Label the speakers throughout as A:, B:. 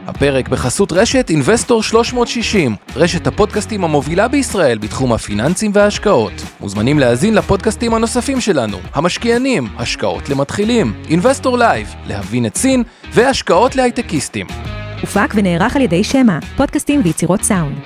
A: הפרק בחסות רשת אינבסטור 360, רשת הפודקאסטים המובילה בישראל בתחום הפיננסים וההשקעות. מוזמנים להאזין לפודקאסטים הנוספים שלנו, המשקיענים, השקעות למתחילים, אינבסטור לייב, להבין את סין והשקעות להייטקיסטים.
B: הופק ונערך על ידי שמה, פודקאסטים ויצירות סאונד.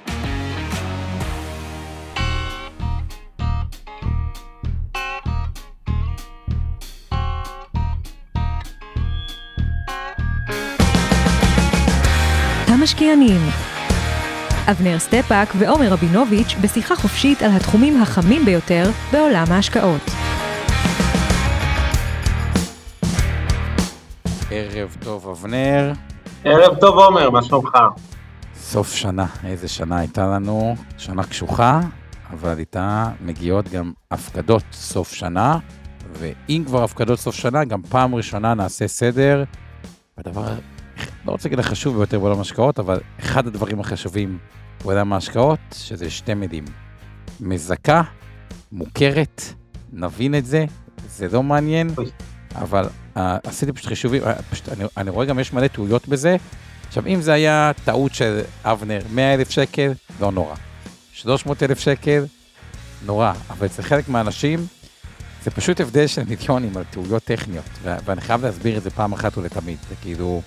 B: המשקיענים. אבנר סטפאק ועומר רבינוביץ' בשיחה חופשית על התחומים החמים ביותר בעולם ההשקעות.
C: ערב טוב אבנר.
D: ערב טוב עומר, מה שלומך?
C: סוף שנה, איזה שנה הייתה לנו, שנה קשוחה, אבל איתה מגיעות גם הפקדות סוף שנה, ואם כבר הפקדות סוף שנה, גם פעם ראשונה נעשה סדר, בדבר, לא רוצה להגיד החשוב ביותר בעולם ההשקעות, אבל אחד הדברים החשובים בעולם ההשקעות, שזה שתי מילים, מזכה, מוכרת, נבין את זה, זה לא מעניין, אבל עשיתי פשוט חישובים, אני רואה גם יש מלא טעויות בזה. עכשיו, אם זה היה טעות של אבנר, 100,000 שקל, לא נורא. 300,000 שקל, נורא. אבל אצל חלק מהאנשים, זה פשוט הבדל של מיליונים על טעויות טכניות. ואני חייב להסביר את זה פעם אחת ולתמיד. זה כאילו,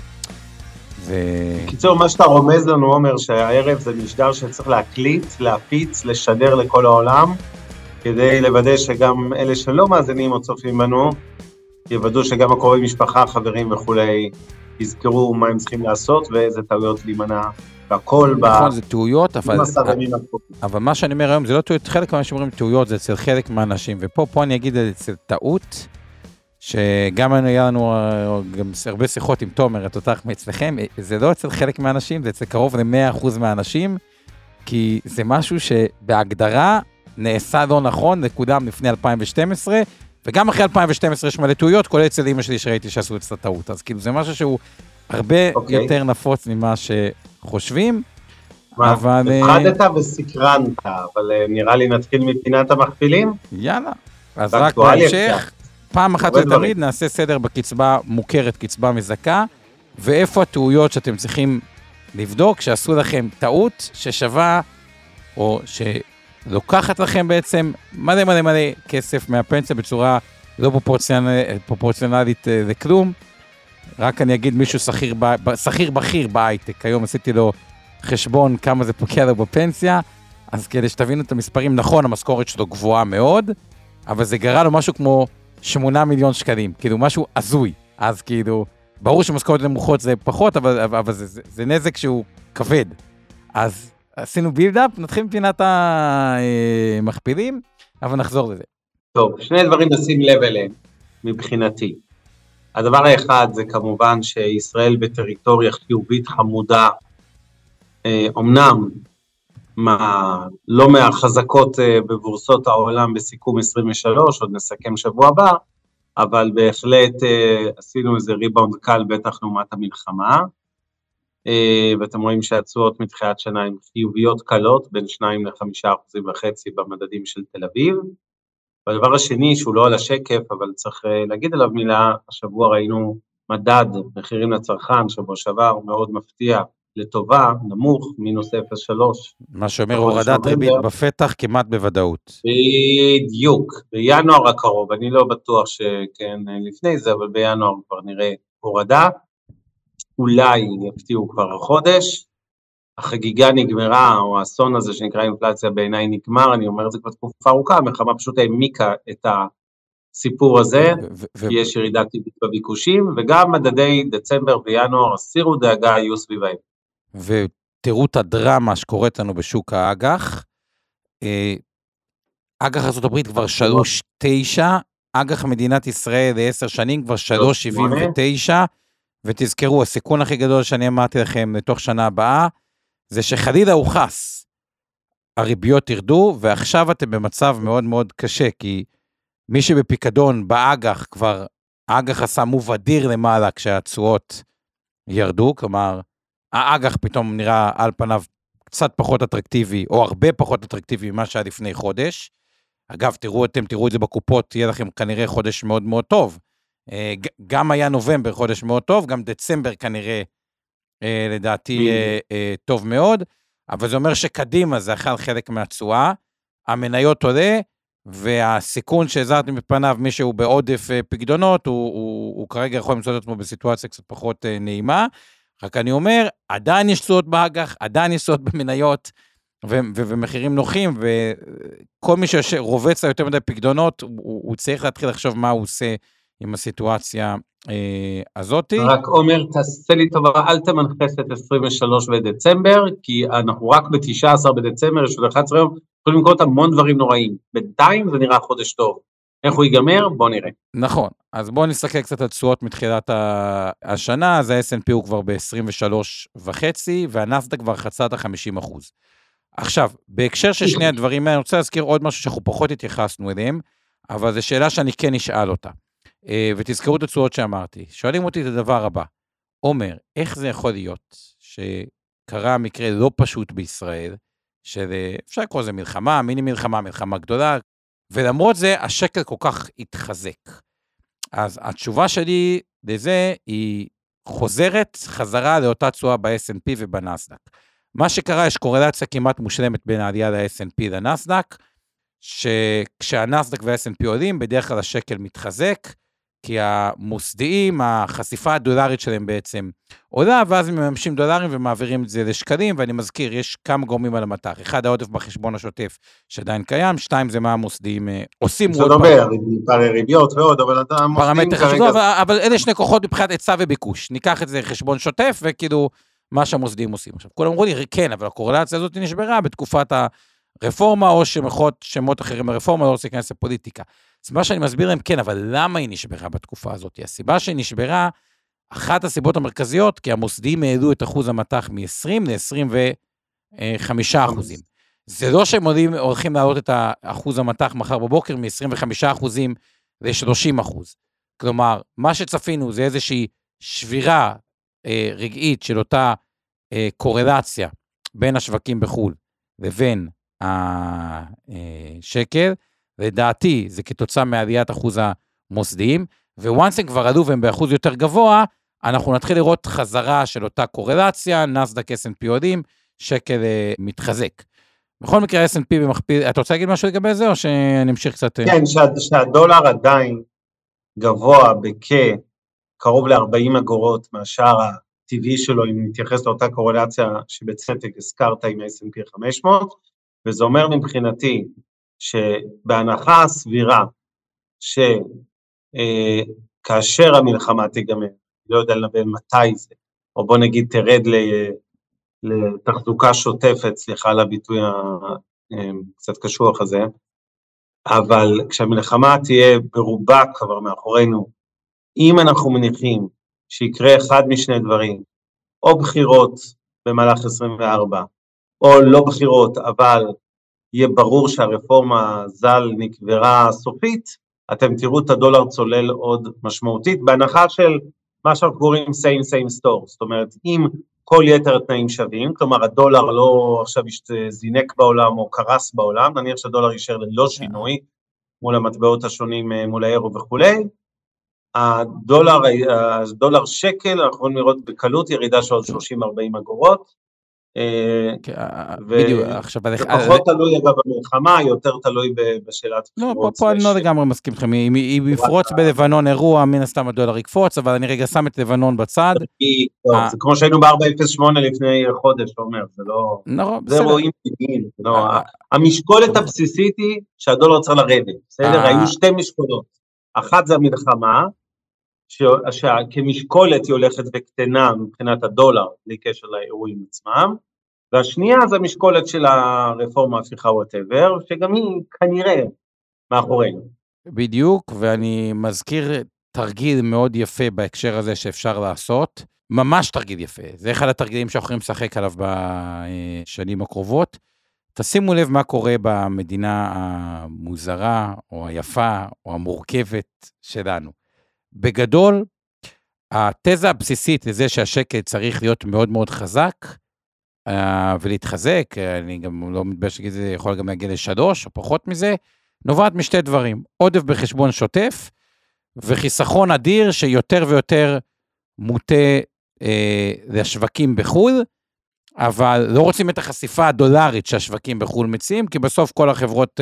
D: בקיצור, מה שאתה רומז לנו, עומר, שהערב זה משדר שצריך להקליט, להפיץ, לשדר לכל העולם, כדי לוודא שגם אלה שלא מאזינים או צופים בנו, יוודאו שגם הקרובי משפחה, חברים וכולי, יזכרו מה הם צריכים לעשות, ואיזה טעויות להימנע, והכל
C: נכון, זה טעויות, אבל מה שאני אומר היום, זה לא טעויות, חלק מהאנשים אומרים טעויות, זה אצל חלק מהאנשים, ופה אני אגיד אצל טעות, שגם היה לנו גם הרבה שיחות עם תומר, את אותך מאצלכם, זה לא אצל חלק מהאנשים, זה אצל קרוב ל-100% מהאנשים, כי זה משהו שבהגדרה נעשה לא נכון, נקודם לפני 2012, וגם אחרי 2012 יש מלא טעויות, כולל אצל אמא שלי שראיתי שעשו אצל טעות. אז כאילו זה משהו שהוא הרבה יותר נפוץ ממה שחושבים.
D: הפחדת וסקרנת, אבל נראה לי נתחיל מפינת המכפילים.
C: יאללה. אז רק בהמשך, פעם אחת ותמיד נעשה סדר בקצבה מוכרת, קצבה מזכה, ואיפה הטעויות שאתם צריכים לבדוק, שעשו לכם טעות ששווה, או לוקחת לכם בעצם מלא כסף מהפנסיה בצורה לא פרופורציונלית לכלום. רק אני אגיד מישהו שכיר בכיר בהייטק, היום עשיתי לו חשבון כמה זה פוקע לו בפנסיה, אז כדי שתבינו את המספרים, נכון, המשכורת שלו גבוהה מאוד, אבל זה גרה לו משהו כמו 8 מיליון שקלים, כאילו משהו הזוי, אז כאילו, ברור שמשכורת נמוכות זה פחות, אבל זה נזק שהוא כבד, אז עשינו בילדאפ, נתחיל מפינת המכפילים, אבל נחזור לזה.
D: טוב, שני דברים נשים לב אליהם, מבחינתי. הדבר האחד זה כמובן שישראל בטריטוריה חיובית חמודה, אמנם לא מהחזקות בבורסות העולם בסיכום 23, עוד נסכם שבוע הבא, אבל בהחלט עשינו איזה ריבאונד קל בטח לעומת המלחמה, ואתם רואים שהתשואות מתחילת שנה הן חיוביות קלות, בין 2 ל5.5% במדדים של תל אביב. והדבר השני, שהוא לא על השקף, אבל צריך להגיד עליו מילה, השבוע ראינו מדד מחירים לצרכן, שבוע שעבר מאוד מפתיע לטובה, נמוך, מינוס 0.3.
C: מה שאומר הורדת ריבית בפתח כמעט בוודאות.
D: בדיוק, בינואר הקרוב, אני לא בטוח שכן לפני זה, אבל בינואר כבר נראה הורדה, אולי יפתיעו כבר החודש, החגיגה נגמרה, או האסון הזה שנקרא אינפלציה בעיניי נגמר, אני אומר את זה כבר תקופה ארוכה, המלחמה פשוט העמיקה את הסיפור הזה, כי יש ירידה טבעית בביקושים, וגם מדדי דצמבר וינואר, הסירו דאגה, היו סביבהם.
C: ותראו את הדרמה שקורית לנו בשוק האג"ח, אג"ח ארצות הברית כבר 3.9, אג"ח מדינת ישראל ל10 שנים כבר 3.79, ותזכרו, הסיכון הכי גדול שאני אמרתי לכם לתוך שנה הבאה, זה שחלילה הוא חס, הריביות ירדו, ועכשיו אתם במצב מאוד מאוד קשה, כי מי שבפיקדון באג"ח כבר, האג"ח עשה מוב אדיר למעלה כשהתשואות ירדו, כלומר, האג"ח פתאום נראה על פניו קצת פחות אטרקטיבי, או הרבה פחות אטרקטיבי ממה שהיה לפני חודש. אגב, אתם תראו את זה בקופות, יהיה לכם כנראה חודש מאוד מאוד טוב. גם היה נובמבר חודש מאוד טוב, גם דצמבר כנראה לדעתי טוב מאוד, אבל זה אומר שקדימה זה אכל חלק מהתשואה, המניות עולה, והסיכון שהזרתי מפניו, מי שהוא בעודף פקדונות, הוא כרגע יכול למצוא את עצמו בסיטואציה קצת פחות נעימה, רק אני אומר, עדיין יש תשואות באג"ח, עדיין יש תשואות במניות, ומחירים נוחים, וכל מי שרובץ יותר מדי פקדונות, הוא צריך להתחיל לחשוב מה הוא עושה עם הסיטואציה הזאת.
D: רק עומר, תעשה לי טובה, אל תמנחס את 23 בדצמבר, כי אנחנו רק ב-19 בדצמבר, יש עוד 11 יום, יכולים לקרות המון דברים נוראים. בינתיים זה נראה חודש טוב. איך הוא ייגמר? בוא נראה.
C: נכון, אז בואו נסתכל קצת על תשואות מתחילת השנה, אז ה-S&P הוא כבר ב-23.5, והנאסד"ק כבר חצה את ה-50%. עכשיו, בהקשר של שני הדברים, אני רוצה להזכיר עוד משהו שאנחנו פחות התייחסנו אליהם, אבל זו שאלה שאני כן אשאל אותה. ותזכרו את התשואות שאמרתי. שואלים אותי את הדבר הבא, עומר, איך זה יכול להיות שקרה מקרה לא פשוט בישראל, שאפשר לקרוא לזה מלחמה, מיני מלחמה, מלחמה גדולה, ולמרות זה השקל כל כך התחזק. אז התשובה שלי לזה היא חוזרת חזרה לאותה תשואה ב-S&P ובנאסד"ק. מה שקרה, יש קורלציה כמעט מושלמת בין העלייה ל-S&P לנאסד"ק, שכשהנאסד"ק וה-S&P עולים, בדרך כלל השקל מתחזק, כי המוסדיים, החשיפה הדולרית שלהם בעצם עולה, ואז הם מממשים דולרים ומעבירים את זה לשקלים, ואני מזכיר, יש כמה גורמים על המטח. אחד, העודף בחשבון השוטף שעדיין קיים, 2, זה מה המוסדיים עושים.
D: זה דובר, ריביות ועוד, אבל אתה
C: המוסדיים כרגע... אבל אלה שני כוחות מבחינת היצע וביקוש. ניקח את זה חשבון שוטף, וכאילו מה שהמוסדיים עושים. עכשיו, כולם אמרו לי, כן, אבל הקורלציה הזאת נשברה בתקופת הרפורמה, או שמות אחרים ברפורמה, לא רוצה להיכנס לפוליטיקה. הסיבה שאני מסביר להם, כן, אבל למה היא נשברה בתקופה הזאת? הסיבה שהיא נשברה, אחת הסיבות המרכזיות, כי המוסדיים העלו את אחוז המטח מ-20 ל-25%. זה לא שהם הולכים להעלות את אחוז המטח מחר בבוקר מ-25% ל-30%. כלומר, מה שצפינו זה איזושהי שבירה רגעית של אותה קורלציה בין השווקים בחול לבין השקל, לדעתי זה כתוצאה מעליית אחוז המוסדיים, וואנס הם כבר עלו והם באחוז יותר גבוה, אנחנו נתחיל לראות חזרה של אותה קורלציה, נאסד"ק S&P עולים, שקל מתחזק. בכל מקרה S&P במכפיל, אתה רוצה להגיד משהו לגבי זה, או שנמשיך קצת?
D: כן, שהדולר עדיין גבוה קרוב ל-40 אגורות מהשאר הטבעי שלו, אם נתייחס לאותה קורלציה שבצדק הזכרת עם ה-S&P 500, וזה אומר מבחינתי, שבהנחה הסבירה, שכאשר המלחמה תיגמר, לא יודע לנבל מתי זה, או בוא נגיד תרד לתחזוקה שוטפת, סליחה על הביטוי קצת קשוח הזה, אבל כשהמלחמה תהיה ברובה כבר מאחורינו, אם אנחנו מניחים שיקרה אחד משני דברים, או בחירות במהלך 24, או לא בחירות, אבל יהיה ברור שהרפורמה ז"ל נקברה סופית, אתם תראו את הדולר צולל עוד משמעותית, בהנחה של מה שאנחנו קוראים same store, זאת אומרת, אם כל יתר התנאים שווים, כלומר הדולר לא עכשיו זינק בעולם או קרס בעולם, נניח שהדולר יישאר ללא שינוי, מול המטבעות השונים, מול האירו וכולי, הדולר שקל, אנחנו יכולים לראות בקלות ירידה של עוד 30-40 אגורות, ופחות תלוי אגב במלחמה, יותר תלוי בשאלת בחירות.
C: פה אני לא לגמרי מסכים לכם, אם יפרוץ בלבנון אירוע, מן הסתם הדולר יקפוץ, אבל אני רגע שם את לבנון בצד.
D: זה כמו שהיינו ב-408 לפני חודש, אומר, זה לא... זה רואים פתאים, המשקולת הבסיסית היא שהדולר צריך לרדת, בסדר? היו שתי משקולות, אחת זה המלחמה, שכמשקולת היא הולכת וקטנה מבחינת הדולר, בלי קשר לאירועים עצמם, והשנייה זה המשקולת של הרפורמה הפיכה whatever, שגם היא כנראה מאחורינו.
C: בדיוק, ואני מזכיר תרגיל מאוד יפה בהקשר הזה שאפשר לעשות, ממש תרגיל יפה, זה אחד התרגילים שאנחנו יכולים לשחק עליו בשנים הקרובות, תשימו לב מה קורה במדינה המוזרה, או היפה, או המורכבת שלנו. בגדול, התזה הבסיסית לזה שהשקל צריך להיות מאוד מאוד חזק, ולהתחזק, אני גם לא מתבייש להגיד, זה יכול גם להגיע ל3 או פחות מזה, נובעת משתי דברים, עודף בחשבון שוטף, וחיסכון אדיר שיותר ויותר מוטה לשווקים בחול, אבל לא רוצים את החשיפה הדולרית שהשווקים בחול מציעים, כי בסוף כל החברות,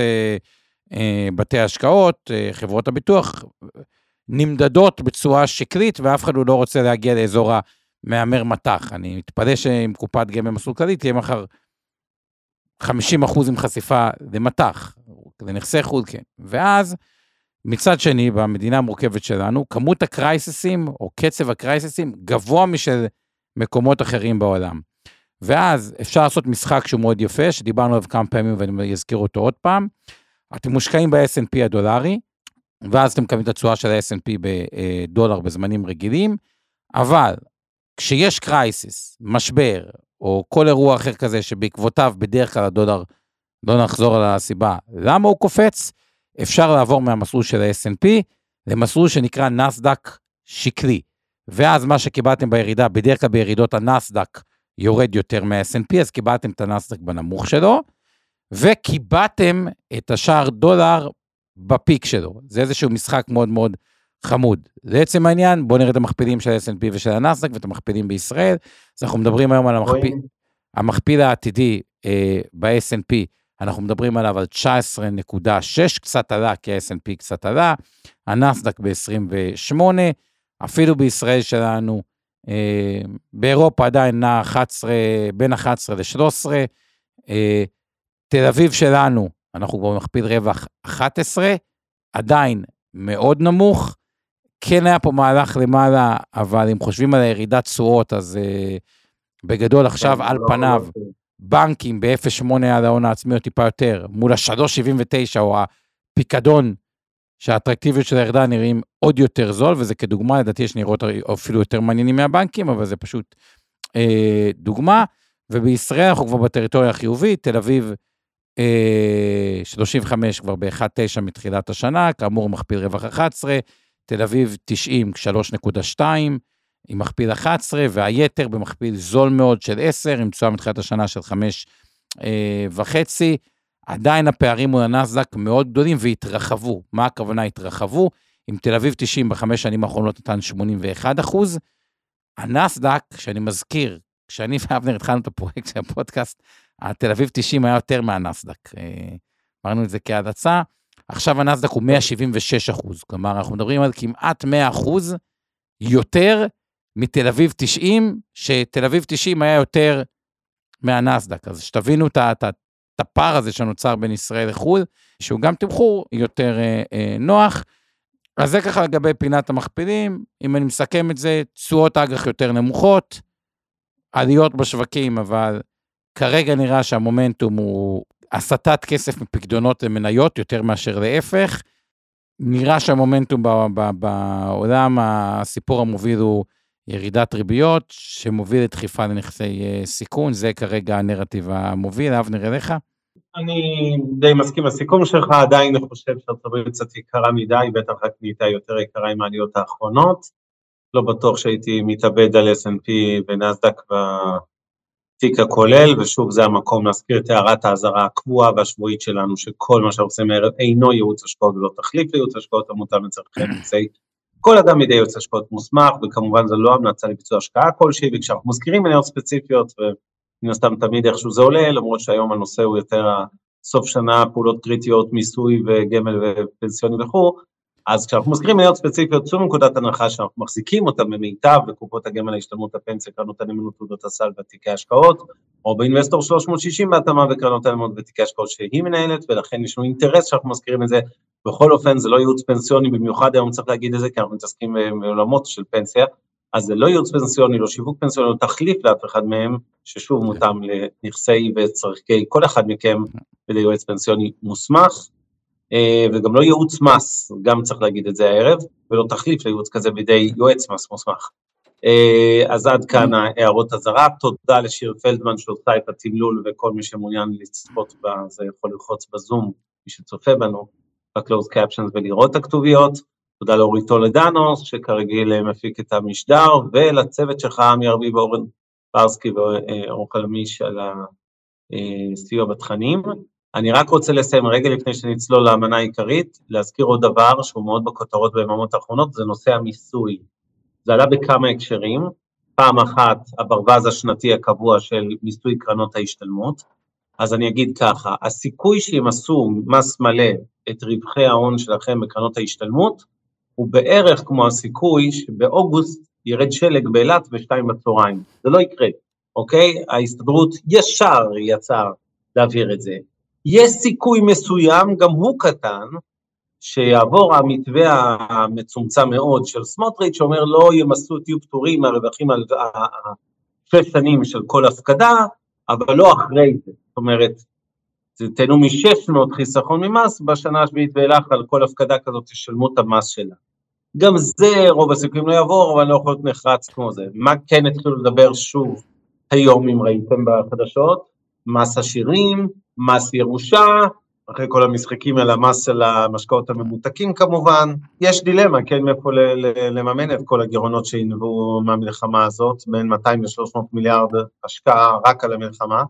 C: בתי ההשקעות, חברות הביטוח, נמדדות בצורה שקרית, ואף אחד לא רוצה להגיע לאזור המאמר מתח. אני מתפלא שעם קופת גמל מסלול כללי, תהיה מחר 50% עם חשיפה למתח, לנכסי חו"ל, כן. ואז, מצד שני, במדינה המורכבת שלנו, כמות הקרייססים, או קצב הקרייססים, גבוה משל מקומות אחרים בעולם. ואז אפשר לעשות משחק שהוא מאוד יפה, שדיברנו עליו כמה פעמים, ואני אזכיר אותו עוד פעם. אתם מושקעים ב-S&P הדולרי, ואז אתם מקבלים את התשואה של ה-S&P בדולר בזמנים רגילים, אבל כשיש קרייסיס, משבר, או כל אירוע אחר כזה, שבעקבותיו בדרך כלל הדולר, לא נחזור על הסיבה, למה הוא קופץ? אפשר לעבור מהמסלול של ה-S&P, למסלול שנקרא נסדק שקלי, ואז מה שקיבלתם בירידה, בדרך כלל בירידות הנסדק, יורד יותר מה-S&P, אז קיבלתם את הנסדק בנמוך שלו, וקיבלתם את השער דולר בפיק שלו. זה איזשהו משחק מאוד מאוד חמוד. לעצם העניין, בואו נראה את המכפילים של ה-S&P ושל הנסדק, ואת המכפילים בישראל. אז אנחנו מדברים היום על המכפיל העתידי ב-S&P, אנחנו מדברים עליו על 19.6, קצת עלה, כי ה-S&P קצת עלה, הנסדק ב-28, אפילו בישראל שלנו, באירופה עדיין נע בין 11 ל-13, תל אביב שלנו, אנחנו כבר מכפיל רווח 11, עדיין מאוד נמוך, כן היה פה מהלך למעלה, אבל אם חושבים על הירידת תשואות, אז בגדול עכשיו על פניו, בנקים ב-0.8 על ההון העצמי או טיפה יותר, מול ה-3.79 או הפיקדון, שהאטרקטיביות של הירידה נראים עוד יותר זול, וזה כדוגמה, לדעתי יש נראות אפילו יותר מעניינים מהבנקים, אבל זה פשוט דוגמה, ובישראל אנחנו כבר בטריטוריה החיובית, תל אביב 35 כבר ב-1.9 מתחילת השנה, כאמור מכפיל רווח 11, תל אביב 90 3.2 עם מכפיל 11, והיתר במכפיל זול מאוד של 10, עם תשואה מתחילת השנה של 5.5, עדיין הפערים מול הנסדק מאוד גדולים והתרחבו. מה הכוונה התרחבו? עם תל אביב 90 בחמש שנים האחרונות נתן 81%, הנסדק, שאני מזכיר, כשאני ואבנר התחלנו את הפרויקט של הפודקאסט, התל אביב 90 היה יותר מהנסדק, אמרנו את זה כהדצה, עכשיו הנסדק הוא 176%, כלומר אנחנו מדברים על כמעט 100% יותר מתל אביב 90, שתל אביב 90 היה יותר מהנסדק, אז שתבינו את הפער הזה שנוצר בין ישראל לחו"ל, שהוא גם תמחור יותר נוח, אז זה ככה לגבי פינת המכפילים, אם אני מסכם את זה, תשואות אג"ח יותר נמוכות, עליות בשווקים, אבל כרגע נראה שהמומנטום הוא הסטת כסף מפקדונות למניות, יותר מאשר להפך, נראה שהמומנטום בעולם, הסיפור המוביל הוא ירידת ריביות, שמוביל את דחיפה לנכסי סיכון, זה כרגע הנרטיב המוביל, אבנר אליך?
D: אני די מסכים לסיכום שלך, עדיין אני חושב שארצות הברית קצת יקרה מדי, בטח רק נהייתה יותר יקרה עם העליות האחרונות, לא בטוח שהייתי מתאבד על S&P ונסדק בתיק הכולל, ושוב זה המקום להזכיר את הערת האזהרה הקבועה והשבועית שלנו, שכל מה שאנחנו עושים אינו ייעוץ השקעות ולא תחליף לייעוץ השקעות המותאם לצורכי נכסי כל אדם מדי ייעוץ השקעות מוסמך, וכמובן זה לא המלצה לביצוע השקעה כלשהי, וכשאנחנו מזכירים מניות ספציפיות, ומן הסתם תמיד איכשהו זה עולה, למרות שהיום הנושא הוא יותר סוף שנה, פעולות קריטיות, מיסוי וגמל ופנסיוני וכו', אז כשאנחנו מזכירים מניות ספציפיות, זו נקודת הנחה שאנחנו מחזיקים אותם במיטב, וקופות הגמל להשתלמות הפנסיה, קרנות הנאמנות תעודות הסל ותיקי השקעות, או באינבסטור 360 בהתאמה וקרנות הנאמנות ותיקי השקעות שהיא מנהלת, ולכן יש לנו אינטרס שאנחנו מזכירים את זה. בכל אופן זה לא ייעוץ פנסיוני, במיוחד היום צריך להגיד את זה, כי אנחנו מתעסקים בעולמות של פנסיה, אז זה לא ייעוץ פנסיוני, לא שיווק פנסיוני, לא תחליף לאף אחד מהם, ששוב מותאם לנכסי וצרכי כל אחד מכם, וליועץ פנסיוני מוסמך, וגם לא ייעוץ מס, גם צריך להגיד את זה הערב, ולא תחליף לייעוץ כזה בידי יועץ מס מוסמך. אז עד כאן הערות הזרה, תודה לשיר פלדמן שעושה את התמלול, וכל מי שמעוניין לצפות בזה יכול ללחוץ בזום, מי שצופה בנו, ב-closed captions ולראות את הכתוביות, תודה לאורית טולדנו, שכרגיל מפיק את המשדר, ולצוות שלך, עמי ארביב, אורן פרסקי ואורן חלמיש על הסיוע בתכנים. אני רק רוצה לסיים רגע לפני שנצלול לאמנה העיקרית, להזכיר עוד דבר שהוא מאוד בכותרות ביממות האחרונות, זה נושא המיסוי. זה עלה בכמה הקשרים, פעם אחת הברווז השנתי הקבוע של מיסוי קרנות ההשתלמות, אז אני אגיד ככה, הסיכוי שהם עשו מס מלא את רווחי ההון שלכם בקרנות ההשתלמות, הוא בערך כמו הסיכוי שבאוגוסט ירד שלג באילת ב2 בצהריים. זה לא יקרה, אוקיי? ההסתדרות ישר יצר להעביר את זה. יש סיכוי מסוים, גם הוא קטן, שיעבור המתווה המצומצם מאוד של סמוטריץ' שאומר לא ימסו, תהיו פטורים מהרווחים על 6 שנים של כל הפקדה, אבל לא אחרי זה. זאת אומרת, תהנו מ-600 חיסכון ממס, בשנה השביעית ואילך על כל הפקדה כזאת תשלמו את המס שלה. גם זה רוב הסיכויים לא יעבור, אבל לא יכול להיות נחרץ כמו זה. מה כן התחילו לדבר שוב היום, אם ראיתם בחדשות? מס עשירים, מס ירושה, אחרי כל המשחקים על המס של המשקאות הממותקים כמובן. יש דילמה, כן, מאיפה לממן את כל הגירעונות שינבעו מהמלחמה הזאת, בין 200 ל-300 מיליארד השקעה רק על המלחמה.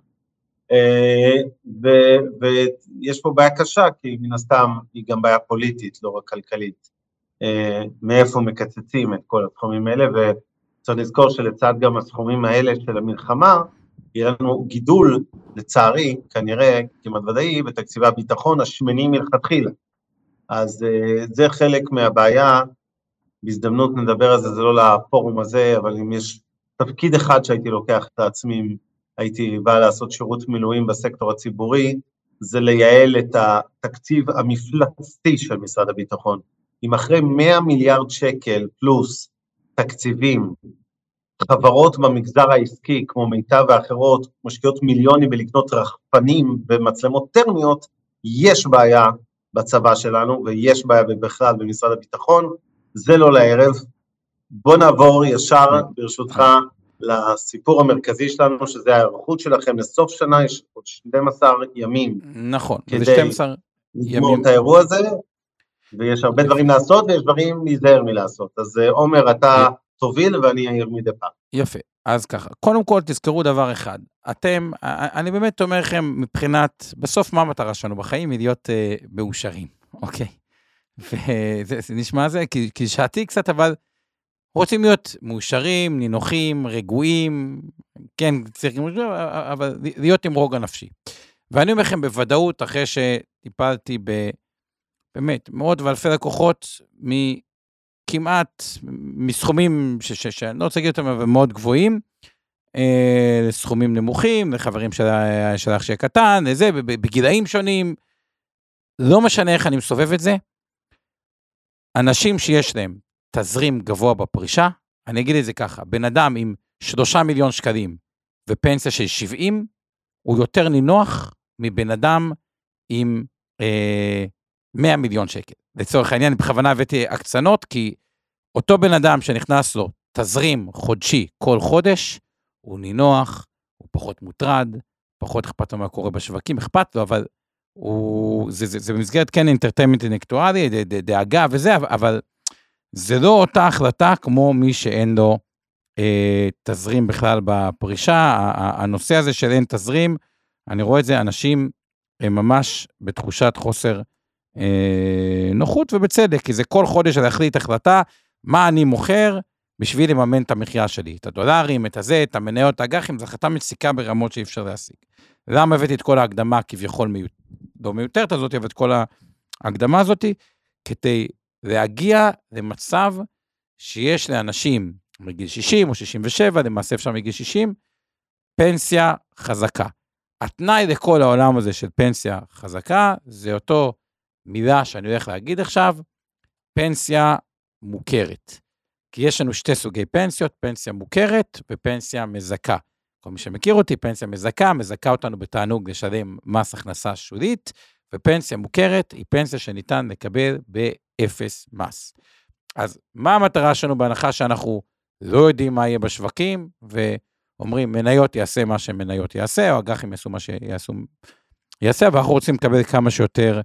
D: ויש פה בעיה קשה, כי מן הסתם היא גם בעיה פוליטית, לא רק כלכלית. מאיפה מקצצים את כל התחומים האלה, וצריך לזכור שלצד גם הסכומים האלה של המלחמה, יהיה לנו גידול, לצערי, כנראה כמעט ודאי, בתקציבי הביטחון השמנים מלכתחילה. אז זה חלק מהבעיה, בהזדמנות נדבר על זה, זה לא לפורום הזה, אבל אם יש תפקיד אחד שהייתי לוקח את העצמי, הייתי בא לעשות שירות מילואים בסקטור הציבורי, זה לייעל את התקציב המפלצתי של משרד הביטחון. אם אחרי 100 מיליארד שקל פלוס תקציבים, חברות במגזר העסקי, כמו מיטב ואחרות, משקיעות מיליונים בלקנות רחפנים ומצלמות טרמיות, יש בעיה בצבא שלנו, ויש בעיה בכלל במשרד הביטחון, זה לא לערב. בוא נעבור ישר ברשותך לסיפור המרכזי שלנו, שזה הערכות שלכם לסוף שנה, יש עוד 12 ימים.
C: נכון,
D: זה 12 ימים. את האירוע הזה, ויש הרבה דברים לעשות, ויש דברים להיזהר מלעשות. אז עומר, אתה תוביל ואני אעיר מדי פעם.
C: יפה, אז ככה, קודם כל תזכרו דבר אחד, אתם, אני באמת אומר לכם מבחינת, בסוף מה המטרה שלנו בחיים, היא להיות מאושרים, אוקיי? וזה נשמע זה, כי שעתי קצת, אבל רוצים להיות מאושרים, נינוחים, רגועים, כן, צריכים, אבל להיות עם רוגע נפשי. ואני אומר לכם בוודאות, אחרי שטיפלתי באמת, מאות ואלפי לקוחות כמעט מסכומים שאני לא רוצה להגיד אותם, אבל מאוד גבוהים, לסכומים נמוכים, לחברים של אח שקטן, לזה, בגילאים שונים, לא משנה איך אני מסובב את זה, אנשים שיש להם תזרים גבוה בפרישה, אני אגיד את זה ככה, בן אדם עם 3 מיליון שקלים ופנסיה של 70, הוא יותר נינוח מבן אדם עם 100 מיליון שקל. לצורך העניין, בכוונה הבאתי הקצנות, כי אותו בן אדם שנכנס לו תזרים חודשי כל חודש, הוא נינוח, הוא פחות מוטרד, פחות אכפת לו מה קורה בשווקים, אכפת לו, אבל זה במסגרת כן אינטרטיימנט אינטלקטואלי, דאגה וזה, אבל זה לא אותה החלטה כמו מי שאין לו תזרים בכלל בפרישה. הנושא הזה של אין תזרים, אני רואה את זה, אנשים הם ממש בתחושת חוסר נוחות ובצדק, כי זה כל חודש להחליט החלטה, מה אני מוכר בשביל לממן את המחיה שלי, את הדולרים, את הזה, את המניות, את האג"חים, זו החלטה מציקה ברמות שאי אפשר להשיג. למה הבאתי את כל ההקדמה כביכול לא מיותרת הזאת, אבל את כל ההקדמה הזאת, כדי להגיע למצב שיש לאנשים מגיל 60 או 67, למעשה אפשר מגיל 60, פנסיה חזקה. התנאי לכל העולם הזה של פנסיה חזקה, זה אותו מילה שאני הולך להגיד עכשיו, פנסיה מוכרת. כי יש לנו 2 סוגי פנסיות, פנסיה מוכרת ופנסיה מזכה. כל מי שמכיר אותי, פנסיה מזכה אותנו בתענוג לשלם מס הכנסה שולית, ופנסיה מוכרת היא פנסיה שניתן לקבל באפס מס. אז מה המטרה שלנו בהנחה שאנחנו לא יודעים מה יהיה בשווקים, ואומרים מניות יעשה מה שמניות יעשה, או אג"חים יעשו מה שיעשה, ואנחנו רוצים לקבל כמה שיותר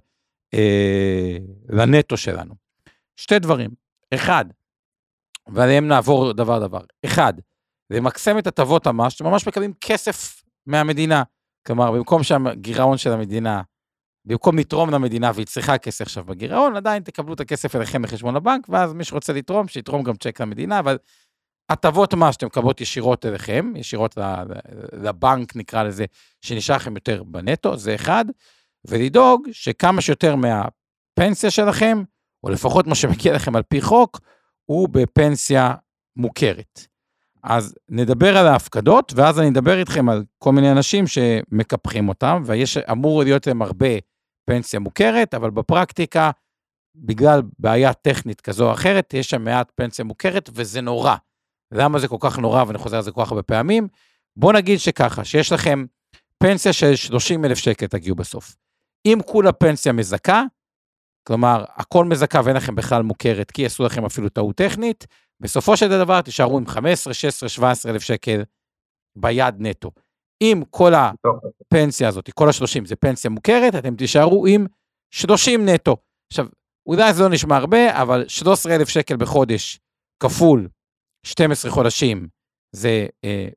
C: לנטו שלנו. 2 דברים. 1, ועליהם נעבור דבר. 1, למקסם את הטבות המס, שממש מקבלים כסף מהמדינה. כלומר, במקום שהגירעון של המדינה, במקום לתרום למדינה, והיא צריכה כסף עכשיו בגירעון, עדיין תקבלו את הכסף אליכם לחשבון הבנק, ואז מי שרוצה לתרום, שיתרום גם צ'ק למדינה, אבל הטבות מס שאתם מקבלות ישירות אליכם, ישירות לבנק נקרא לזה, שנשאר לכם יותר בנטו, זה אחד, ולדאוג שכמה שיותר מהפנסיה שלכם, או לפחות מה שמגיע לכם על פי חוק, הוא בפנסיה מוכרת. אז נדבר על ההפקדות, ואז אני אדבר איתכם על כל מיני אנשים שמקפחים אותם, ויש אמור להיות להם הרבה פנסיה מוכרת, אבל בפרקטיקה, בגלל בעיה טכנית כזו או אחרת, יש שם מעט פנסיה מוכרת, וזה נורא. למה זה כל כך נורא, ואני חוזר על זה כל כך הרבה פעמים? בוא נגיד שככה, שיש לכם פנסיה של 30,000 שקל תגיעו בסוף. אם כולה פנסיה מזכה, כלומר, הכל מזכה ואין לכם בכלל מוכרת, כי יעשו לכם אפילו טעות טכנית, בסופו של דבר תישארו עם 15, 16, 17,000 שקל ביד נטו. אם כל הפנסיה הזאת, כל ה-30 זה פנסיה מוכרת, אתם תישארו עם 30 נטו. עכשיו, אולי זה לא נשמע הרבה, אבל 13,000 שקל בחודש כפול 12 חודשים, זה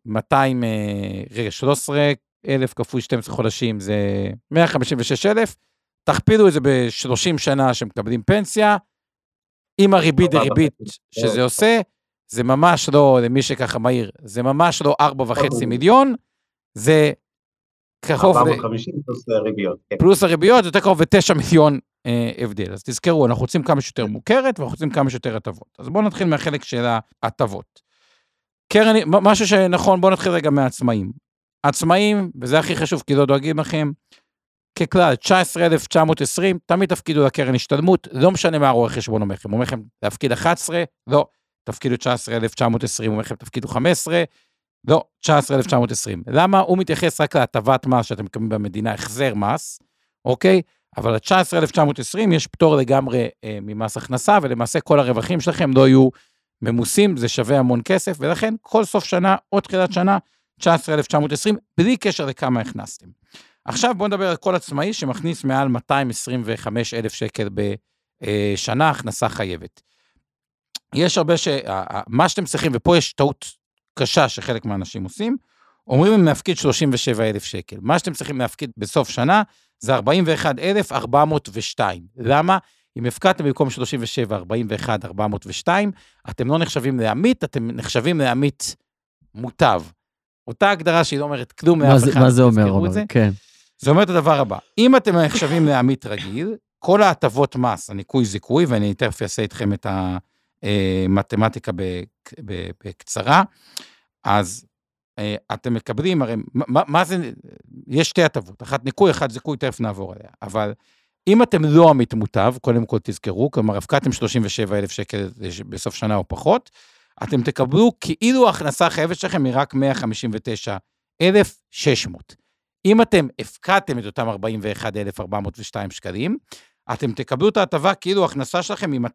C: 13,000 כפול 12 חודשים, זה 156,000, תכפילו את זה ב-30 שנה שמקבלים פנסיה, עם הריבית דריבית שזה עושה, זה ממש לא, למי שככה מהיר, זה ממש לא 4.5 מיליון, זה קרוב
D: 450 פלוס הריביות.
C: פלוס הריביות, זה יותר קרוב ל9 מיליון הבדל. אז תזכרו, אנחנו רוצים כמה שיותר מוכרת, ואנחנו רוצים כמה שיותר הטבות. אז בואו נתחיל מהחלק של ההטבות. קרן, משהו שנכון, בואו נתחיל רגע מהעצמאים. עצמאים, וזה הכי חשוב, כי לא דואגים לכם, ככלל, 19,920, תמיד תפקידו לקרן השתלמות, לא משנה מה רואה חשבון אומר לכם, אומר לכם תפקיד 11, לא, תפקידו 19,920, אומר לכם תפקידו 15, לא, 19,920. למה? הוא מתייחס רק להטבת מס שאתם מקבלים במדינה, החזר מס, אוקיי? אבל ל-19,920 יש פטור לגמרי ממס הכנסה, ולמעשה כל הרווחים שלכם לא יהיו ממוסים, זה שווה המון כסף, ולכן כל סוף שנה או תחילת שנה, 19,920, בלי קשר לכמה הכנסתם. עכשיו בואו נדבר על כל עצמאי שמכניס מעל 225,000 שקל בשנה, הכנסה חייבת. יש הרבה מה שאתם צריכים, ופה יש טעות קשה שחלק מהאנשים עושים, אומרים הם להפקיד 37,000 שקל. מה שאתם צריכים להפקיד בסוף שנה, זה 41,402. למה? אם הפקדתם במקום 37, 41,402, אתם לא נחשבים לעמית, אתם נחשבים לעמית מוטב. אותה הגדרה שהיא לא אומרת כלום לאף אחד.
E: מה זה אומר? כן.
C: זה אומר את הדבר הבא, אם אתם נחשבים לעמית רגיל, כל ההטבות מס, הניקוי זיכוי, ואני תכף אעשה איתכם את המתמטיקה בקצרה, אז אתם מקבלים, הרי, מה זה, יש שתי הטבות, אחת ניקוי, אחת זיכוי, תכף נעבור עליה, אבל אם אתם לא עמית מוטב, קודם כל תזכרו, כלומר, הפקדתם 37,000 שקל בסוף שנה או פחות, אתם תקבלו כאילו ההכנסה החייבת שלכם היא רק 159,600. אם אתם הפקדתם את אותם 41,402 שקלים, אתם תקבלו את ההטבה כאילו ההכנסה שלכם היא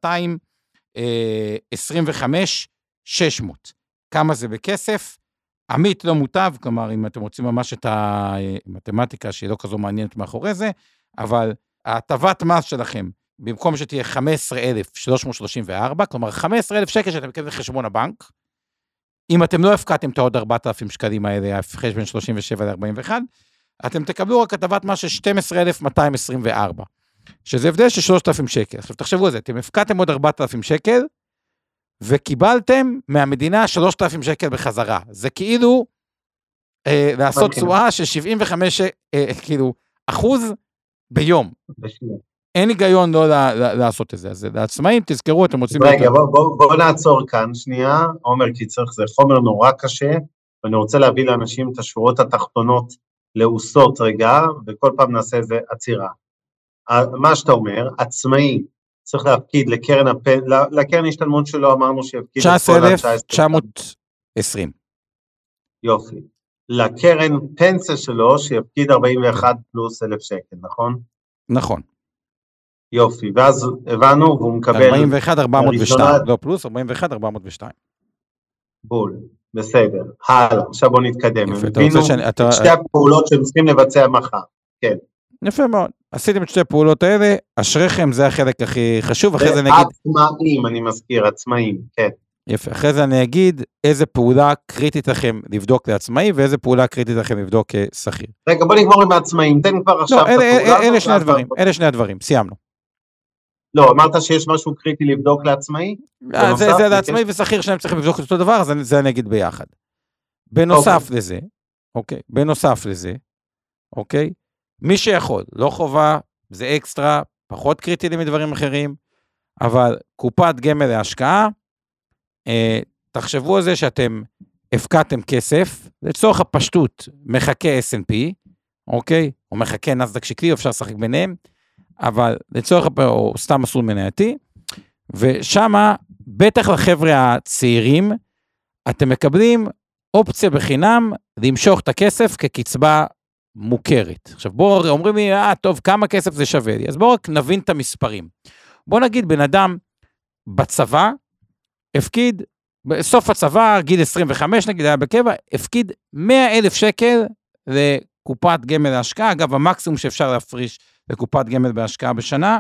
C: 225,600. כמה זה בכסף? עמית לא מוטב, כלומר, אם אתם רוצים ממש את המתמטיקה שהיא לא כזו מעניינת מאחורי זה, אבל ההטבת מס שלכם, במקום שתהיה 15,334, כלומר 15,000 שקל שאתם מקבלים לחשבון הבנק, אם אתם לא הפקדתם את עוד 4,000 שקלים האלה, ההפרש בין 37 ל-41, אתם תקבלו רק הטבת מס של 12,224, שזה הבדל של 3,000 שקל. עכשיו תחשבו על זה, אתם הפקדתם עוד 4,000 שקל, וקיבלתם מהמדינה 3,000 שקל בחזרה. זה כאילו לעשות תשואה של 75 אחוז ביום. אין היגיון לא לעשות את זה. אז לעצמאים, תזכרו, אתם רוצים...
D: רגע, בוא נעצור כאן שנייה, עומר, כי צריך, זה חומר נורא קשה, ואני רוצה להביא לאנשים את השורות התחתונות לעושות רגע, וכל פעם נעשה איזה עצירה. מה שאתה אומר, עצמאי, צריך להפקיד לקרן השתלמות שלו, אמרנו שיפקיד...
C: 19,920.
D: יופי. לקרן פנסיה שלו, שיפקיד 41 פלוס 1,000 שקל, נכון?
C: נכון.
D: יופי, ואז הבנו, והוא מקבל...
C: 41,402, לא פלוס, 41,402.
D: בול, בסדר. הלאה, עכשיו בוא נתקדם.
C: יפה,
D: הבינו את שתי הפעולות שהם צריכים לבצע מחר, כן.
C: יפה מאוד. עשיתם את שתי הפעולות האלה, אשריכם זה החלק הכי חשוב, אחרי זה נגיד...
D: עצמאים, אני מזכיר, עצמאים, כן.
C: יפה, אחרי זה אני אגיד איזה פעולה קריטית לכם לבדוק לעצמאי, ואיזה פעולה קריטית לכם לבדוק כשכיר.
D: רגע, בוא נגמור עם העצמאים, תן כבר עכשיו את הפעולה.
C: אלה שני הדברים, סיימנו.
D: לא, אמרת שיש משהו קריטי לבדוק לעצמאי?
C: זה לעצמאי ושכיר שהם צריכים לבדוק את אותו דבר, אז זה אני אגיד ביחד. בנוסף לזה, אוקיי, בנוסף לזה, אוקיי, מי שיכול, לא חובה, זה אקסטרה, פחות קריטי מדברים אחרים, אבל קופת גמל להשקעה, תחשבו על זה שאתם הפקעתם כסף, לצורך הפשטות, מחכה S&P, אוקיי, או מחכה נסדק שקלי, אפשר לשחק ביניהם, אבל לצורך, או סתם מסלול מנייתי, ושמה, בטח לחבר'ה הצעירים, אתם מקבלים אופציה בחינם, למשוך את הכסף כקצבה מוכרת. עכשיו בואו, אומרים לי, טוב, כמה כסף זה שווה לי? אז בואו רק נבין את המספרים. בואו נגיד, בן אדם בצבא, הפקיד, בסוף הצבא, גיל 25, נגיד, היה בקבע, הפקיד 100,000 שקל לקופת גמל להשקעה, אגב, המקסימום שאפשר להפריש לקופת גמל בהשקעה בשנה,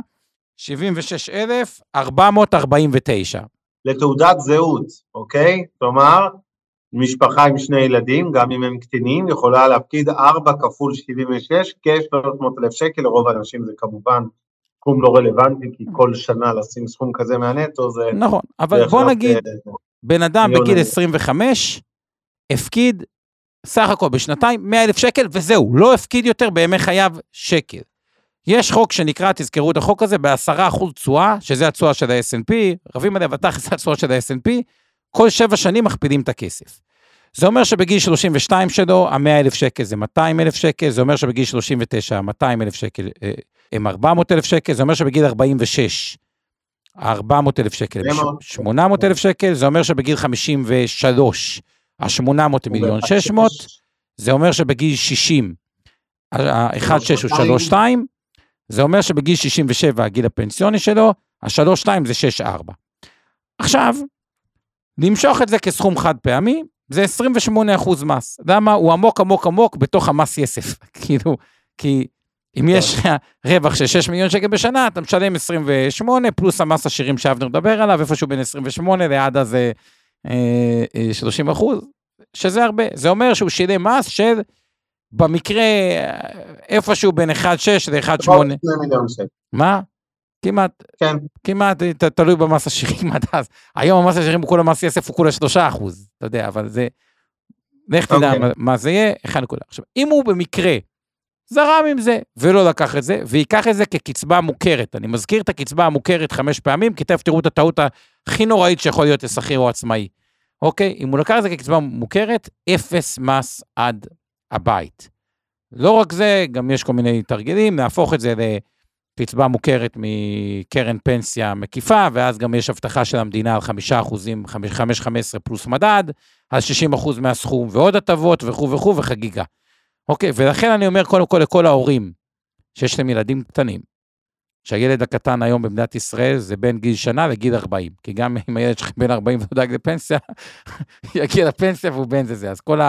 C: 76,449.
D: לתעודת זהות, אוקיי? כלומר, משפחה עם 2 ילדים, גם אם הם קטינים, יכולה להפקיד 4 כפול 76, כ-300,000 שקל, לרוב האנשים זה כמובן סכום לא רלוונטי, כי כל שנה לשים סכום כזה מהנטו, זה...
C: נכון, אבל בוא נגיד, בן אדם בגיל 25, הפקיד סך הכל בשנתיים 100,000 שקל, וזהו, לא הפקיד יותר בימי חייו שקל. יש חוק שנקרא, תזכרו את החוק הזה, ב10% תשואה, שזה התשואה של ה-S&P, רבים עליה ותח את התשואה של ה-S&P, כל 7 שנים מכפילים את הכסף. זה אומר שבגיל 32 שלו, ה-100,000 שקל זה 200,000 שקל, זה אומר שבגיל 39, 200,000 שקל הם 400,000 שקל, זה אומר שבגיל 46, 400,000 שקל הם 800,000 שקל, זה אומר שבגיל 53, ה-800 מיליון 600, זה אומר שבגיל 60, ה-1.6 הוא 3.2, זה אומר שבגיל 67, הגיל הפנסיוני שלו, ה-3.2 זה 6.4. עכשיו, למשוך את זה כסכום חד פעמי, זה 28% מס. למה? הוא עמוק עמוק עמוק בתוך המס יסף. כאילו, כי אם יש רווח של 6 מיליון שקל בשנה, אתה משלם 28, פלוס המס השירים שאבנר מדבר עליו, איפשהו בין 28 לעד הזה 30%, שזה הרבה. זה אומר שהוא שילם מס של, במקרה, איפשהו בין 1.6 ל-1.8. מה? כמעט, כן. כמעט, תלוי במס השירים עד אז. היום המס השירים הוא כל המס יסף, הוא כולה 3%, אתה יודע, אבל זה, לך תדע מה זה יהיה, 1 נקודה. עכשיו, אם הוא במקרה זרם עם זה, ולא לקח את זה, ויקח את זה כקצבה מוכרת, אני מזכיר את הקצבה המוכרת 5 פעמים, כי תראו את הטעות הכי נוראית שיכול להיות לשכיר או עצמאי. אוקיי? אם הוא לקח את זה כקצבה מוכרת, 0 מס עד הבית. לא רק זה, גם יש כל מיני תרגילים, נהפוך את זה קצבה מוכרת מקרן פנסיה מקיפה, ואז גם יש הבטחה של המדינה על 5%, 5.15 פלוס מדד, על 60% מהסכום, ועוד הטבות וכו' וכו' וחגיגה. אוקיי, ולכן אני אומר קודם כל לכל ההורים, שיש להם ילדים קטנים, שהילד הקטן היום במדינת ישראל, זה בין גיל שנה לגיל 40, כי גם אם הילד שלך בין 40 ודאג לפנסיה, יגיע לפנסיה והוא בין זה. אז כל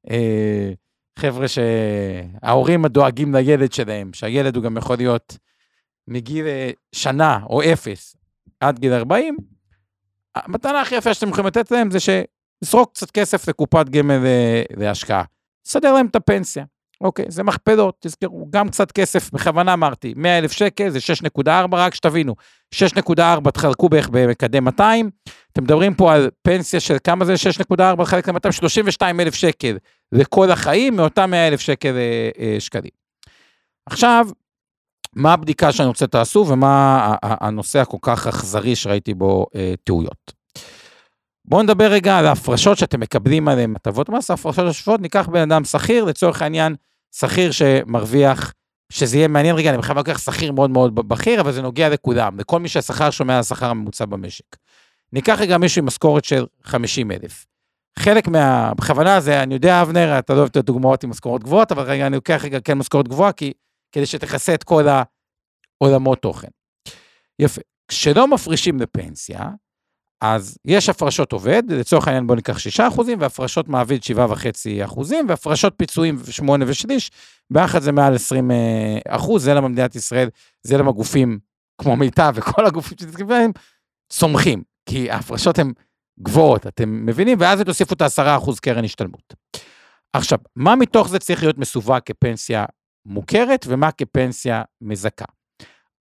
C: החבר'ה שההורים הדואגים לילד שלהם, שהילד הוא גם יכול להיות מגיל שנה או 0 עד גיל 40, המתנה הכי יפה שאתם יכולים לתת להם זה שזרוק קצת כסף לקופת גמל להשקעה. תסדר להם את הפנסיה. אוקיי, זה מכפלות, תזכרו, גם קצת כסף, בכוונה אמרתי, 100,000 שקל זה 6.4, רק שתבינו, 6.4 תחלקו בערך במקדם 200, אתם מדברים פה על פנסיה של כמה זה 6.4, חלק ל-200, 32,000 שקל לכל החיים, מאותם 100,000 שקל שקלים. עכשיו, מה הבדיקה שאני רוצה תעשו, ומה הנושא הכל כך אכזרי שראיתי בו טעויות. בואו נדבר רגע על ההפרשות שאתם מקבלים עליהם הטבות מס, ההפרשות השוות, ניקח בן אדם שכיר, לצורך העניין, שכיר שמרוויח, שזה יהיה מעניין רגע, אני בכלל לוקח שכיר מאוד מאוד בכיר, אבל זה נוגע לכולם, לכל מי שהשכר שומע על השכר הממוצע במשק. ניקח רגע מישהו עם משכורת של 50,000. חלק בכוונה הזה, אני יודע, אבנר, אתה לא אוהב את הדוגמאות עם משכורות גבוהות, אבל רגע, אני לוקח רגע כן משכורת גבוהה, כדי שתכסה את כל העולמות תוכן. יפה. כשלא מפרישים לפנסיה, אז יש הפרשות עובד, לצורך העניין בוא ניקח 6%, והפרשות מעביד 7.5%, והפרשות פיצויים 8 ושליש, באחד זה מעל 20%, זה למה מדינת ישראל, זה למה גופים כמו מיטב, וכל הגופים שתזכירים בהם, צומחים, כי ההפרשות הן גבוהות, אתם מבינים, ואז תוסיפו את 10% קרן השתלמות. עכשיו, מה מתוך זה צריך להיות מסווג כפנסיה מוכרת, ומה כפנסיה מזכה? אז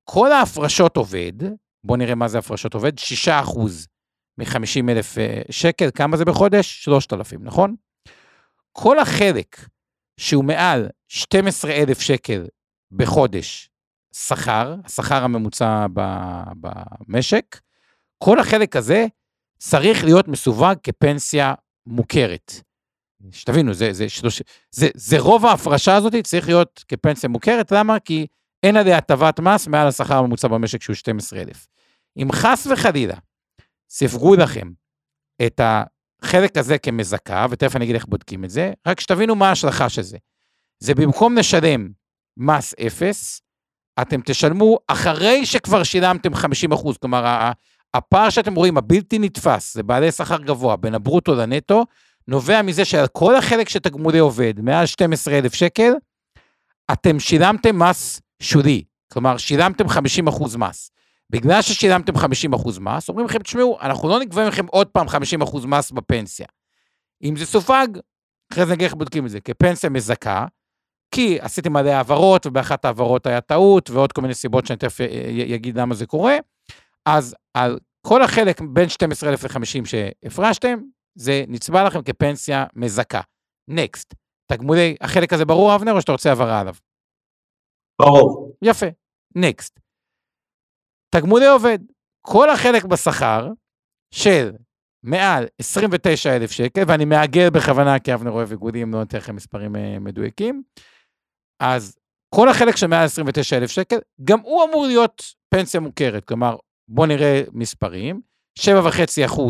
C: כל ההפרשות עובד, בואו נראה מה זה הפרשות עובד, 6% מ-50,000 שקל, כמה זה בחודש? 3,000, נכון? כל החלק שהוא מעל 12,000 שקל בחודש שכר, השכר הממוצע במשק, כל החלק הזה צריך להיות מסווג כפנסיה מוכרת. שתבינו, זה רוב ההפרשה הזאת צריך להיות כפנסיה מוכרת, למה? כי אין עליה הטבת מס מעל השכר הממוצע במשק שהוא 12,000. אם חס וחלילה, ספגו לכם את החלק הזה כמזכה, ותכף אני אגיד איך בודקים את זה, רק שתבינו מה ההשלכה של זה. זה במקום לשלם מס אפס, אתם תשלמו אחרי שכבר שילמתם 50%, כלומר, הפער שאתם רואים, הבלתי נתפס, זה בעלי שכר גבוה, בין הברוטו לנטו, נובע מזה שעל כל החלק שתגמולי עובד, מעל 12,000 שקל, אתם שילמתם מס שולי, כלומר, שילמתם 50% מס. בגלל ששילמתם 50% מס, אומרים לכם, תשמעו, אנחנו לא נגבה מכם עוד פעם 50% מס בפנסיה. אם זה סופג, אחרי זה נגיד איך בודקים את זה, כפנסיה מזכה, כי עשיתם עליה העברות, ובאחת העברות היה טעות, ועוד כל מיני סיבות שאני תכף יגיד למה זה קורה, אז על כל החלק בין 12,000 ל-50 שהפרשתם, זה נצבע לכם כפנסיה מזכה. נקסט. תגמולי, החלק הזה ברור, אבנר, או שאתה רוצה עברה עליו?
D: ברור.
C: יפה. נקסט. תגמולי עובד. כל החלק בשכר של מעל 29,000 שקל, ואני מעגל בכוונה, כי אבנר אוהב איגודים, לא נותן לכם מספרים מדויקים, אז כל החלק של מעל 29,000 שקל, גם הוא אמור להיות פנסיה מוכרת, כלומר, בואו נראה מספרים, 7.5%,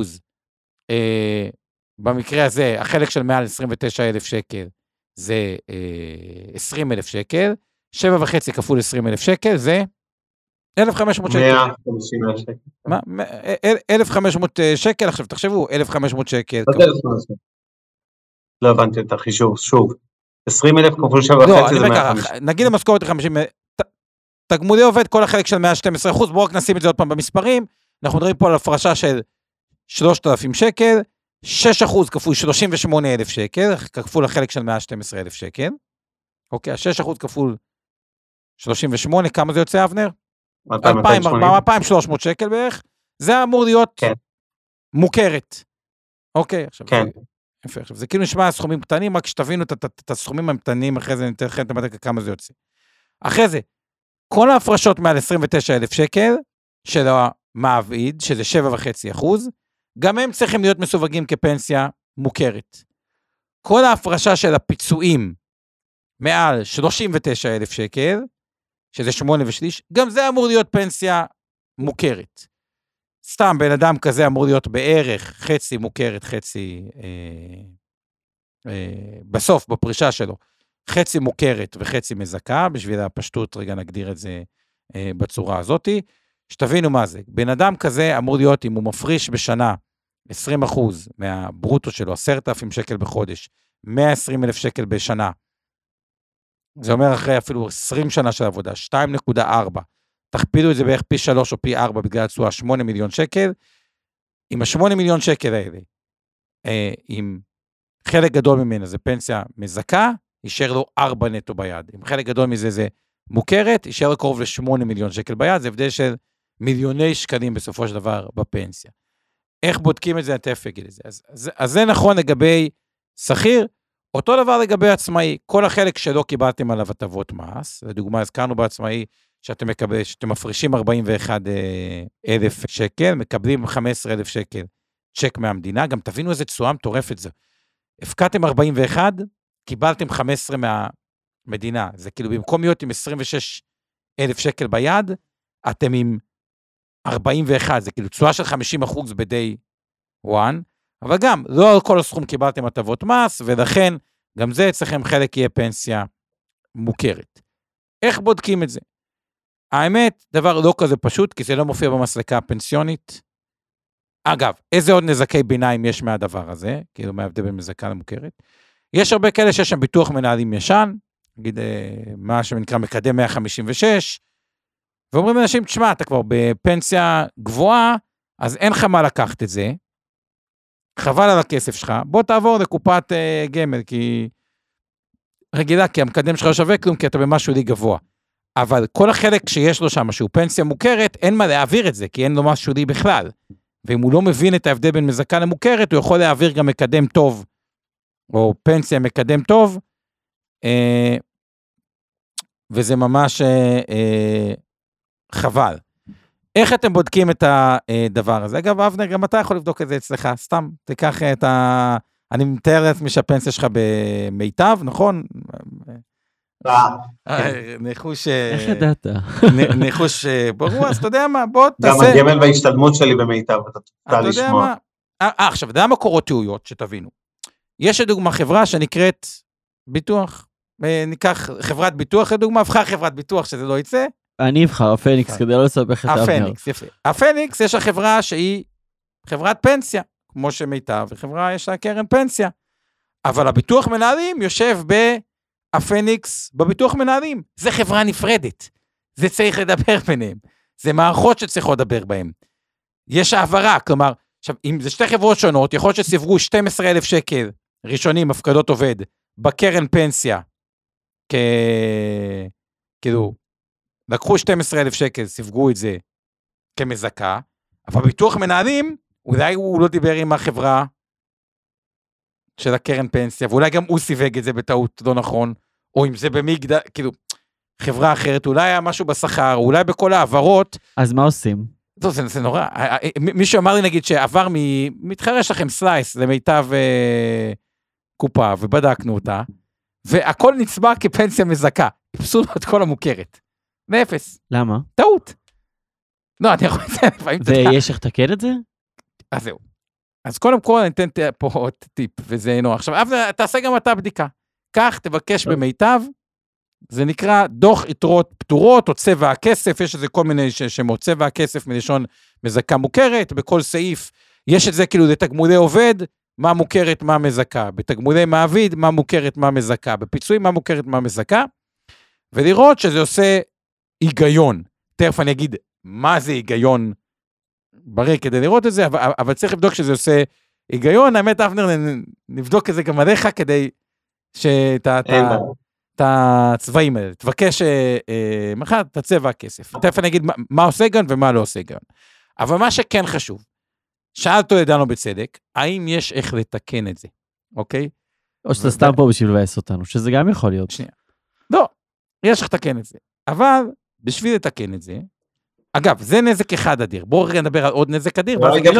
C: במקרה הזה, החלק של מעל 29,000 שקל, זה 20,000 שקל, 7.5 כפול 20,000 שקל, זה 1,500 שקל.
D: 150,000 שקל.
C: מה? 1,500 שקל, עכשיו תחשבו, 1,500 שקל.
D: לא הבנתי את החישוב, שוב. 20,000 כפול 7.5 זה 150.
C: נגיד המשכורת 50, תגמולי עובד כל החלק של 112%, בואו רק נשים את זה עוד פעם במספרים, אנחנו מדברים פה על הפרשה של 3,000 שקל, 6% כפול 38,000 שקל, כפול החלק של 112,000 שקל, אוקיי, 6% כפול 38, כמה זה יוצא אבנר? 2,300 שקל בערך, זה אמור להיות מוכרת, אוקיי, עכשיו, עכשיו, זה כאילו נשמע סכומים קטנים, רק שתבינו את הסכומים המקטנים, אחרי זה ניתן לכם את כמה זה יוצא. אחרי זה, כל ההפרשות מעל 29,000 שקל, של המעביד, שזה 7.5%, גם הם צריכים להיות מסווגים כפנסיה מוכרת. כל ההפרשה של הפיצויים, מעל 39,000 שקל, שזה 8.3, גם זה אמור להיות פנסיה מוכרת. סתם, בן אדם כזה אמור להיות בערך חצי מוכרת, חצי, בסוף, בפרישה שלו, חצי מוכרת וחצי מזכה, בשביל הפשטות, רגע נגדיר את זה בצורה הזאת, שתבינו מה זה. בן אדם כזה אמור להיות, אם הוא מפריש בשנה 20% מהברוטו שלו, 10,000 שקל בחודש, 120,000 שקל בשנה, זה אומר אחרי אפילו 20 שנה של עבודה, 2.4, תכפילו את זה בערך פי 3 או פי 4 בגלל התשואה 8 מיליון שקל, עם ה-8 מיליון שקל האלה, עם חלק גדול ממנה זה פנסיה מזכה, יישאר לו 4 נטו ביד. אם חלק גדול מזה זה מוכרת, יישאר לו קרוב ל8 מיליון שקל ביד, זה הבדל של מיליוני שקלים בסופו של דבר בפנסיה. איך בודקים את זה? אני תכף אגיד את זה. אז זה נכון לגבי שכיר, אותו דבר לגבי עצמאי, כל החלק שלא קיבלתם עליו הטבות מס, לדוגמה, הזכרנו בעצמאי שאתם מפרישים 41,000 שקל, מקבלים 15,000 שקל צ'ק מהמדינה, גם תבינו איזה תשואה מטורפת זה. הפקעתם 41, קיבלתם 15 מהמדינה, זה כאילו במקום להיות עם 26,000 שקל ביד, אתם עם 41, זה כאילו תשואה של 50% ב-day one, אבל גם לא על כל הסכום קיבלתם הטבות מס, ולכן גם זה אצלכם חלק יהיה פנסיה מוכרת. איך בודקים את זה? האמת, דבר לא כזה פשוט, כי זה לא מופיע במסלקה הפנסיונית. אגב, איזה עוד נזקי ביניים יש מהדבר הזה, כאילו מההבדל בין מזכה למוכרת? יש הרבה כאלה שיש שם ביטוח מנהלים ישן, נגיד מה שנקרא מקדם 156, ואומרים לאנשים, תשמע, אתה כבר בפנסיה גבוהה, אז אין לך מה לקחת את זה, חבל על הכסף שלך, בוא תעבור לקופת גמל, כי רגילה, כי המקדם שלך לא שווה כלום, כי אתה במשהו לי גבוה. אבל כל החלק שיש לו שם, שהוא פנסיה מוכרת, אין מה להעביר את זה, כי אין לו מס שולי בכלל. ואם הוא לא מבין את ההבדל בין מזכה למוכרת, הוא יכול להעביר גם מקדם טוב, או פנסיה מקדם טוב, וזה ממש חבל. איך אתם בודקים את הדבר הזה? אגב, אבנר, גם אתה יכול לבדוק את זה אצלך, סתם, תיקח את אני מתאר לעצמי שהפנסיה שלך במיטב, נכון? ניחוש...
E: איך ידעת?
C: ניחוש ברור, אז אתה יודע מה, בוא תעשה...
D: גם הגמל וההשתלמות שלי במיטב, אתה תוכל לשמוע.
C: עכשיו, אתה יודע מה קורות תיאוריות, שתבינו. יש לדוגמה חברה שנקראת ביטוח, ניקח חברת ביטוח לדוגמה, הבחר חברת ביטוח שזה לא יצא.
E: אני אבחר, הפניקס, כדי לא לסבך את אבנר.
C: הפניקס, יפה. הפניקס יש החברה שהיא חברת פנסיה, כמו שמיטב, וחברה יש לה קרן פנסיה. אבל הביטוח מנהלים יושב הפניקס בביטוח מנהלים. זה חברה נפרדת. זה צריך לדבר ביניהם. זה מערכות שצריכות לדבר בהם. יש העברה, כלומר, עכשיו, אם זה שתי חברות שונות, יכול להיות שסיווגו 12,000 שקל ראשונים, הפקדות עובד, בקרן פנסיה, כאילו, לקחו 12,000 שקל, סיווגו את זה כמזכה, אבל ביטוח מנהלים, אולי הוא לא דיבר עם החברה של הקרן פנסיה, ואולי גם הוא סיווג את זה בטעות לא נכון, או אם זה במגדל, כאילו, חברה אחרת, אולי היה משהו בשכר, אולי בכל העברות.
E: אז מה עושים?
C: זה נורא. מישהו אמר לי, נגיד, שעבר מתחרש לכם סלייס למיטב קופה, ובדקנו אותה, והכל נצבע כפנסיה מזכה. חיפשו לו את כל המוכרת. מאפס.
E: למה?
C: טעות. לא, אני יכול לציין.
E: ויש איך לתקן את זה?
C: אז זהו. אז קודם כל, אני אתן פה עוד טיפ, וזה נורא. עכשיו, תעשה גם אתה בדיקה. כך, תבקש במיטב, זה נקרא דוח יתרות פטורות, או צבע הכסף, יש איזה כל מיני שמות, צבע הכסף מלשון מזכה מוכרת, בכל סעיף, יש את זה כאילו לתגמולי עובד, מה מוכרת, מה מזכה, בתגמולי מעביד, מה מוכרת, מה מזכה, בפיצויים, מה מוכרת, מה מזכה, ולראות שזה עושה היגיון. תכף אני אגיד מה זה היגיון בריא כדי לראות את זה, אבל צריך לבדוק שזה עושה היגיון, האמת אבנר, נבדוק את זה גם עליך, כדי את הצבעים האלה, תבקש מחר, את הצבע הכסף. תכף אני אגיד מה עושה היגיון ומה לא עושה היגיון. אבל מה שכן חשוב, שאלתו ידענו בצדק, האם יש איך לתקן את זה, אוקיי?
E: או שאתה סתם פה בשביל לבאס אותנו, שזה גם יכול להיות.
C: שנייה. לא, יש איך לתקן את זה. אבל בשביל לתקן את זה, אגב, זה נזק אחד אדיר. בואו רגע נדבר על עוד נזק אדיר.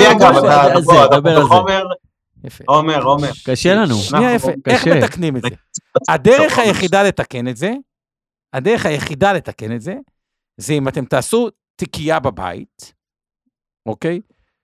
D: עומר.
E: קשה לנו.
C: שנייה יפה, איך מתקנים את זה? הדרך היחידה לתקן את זה, זה אם אתם תעשו תיקייה בבית, אוקיי?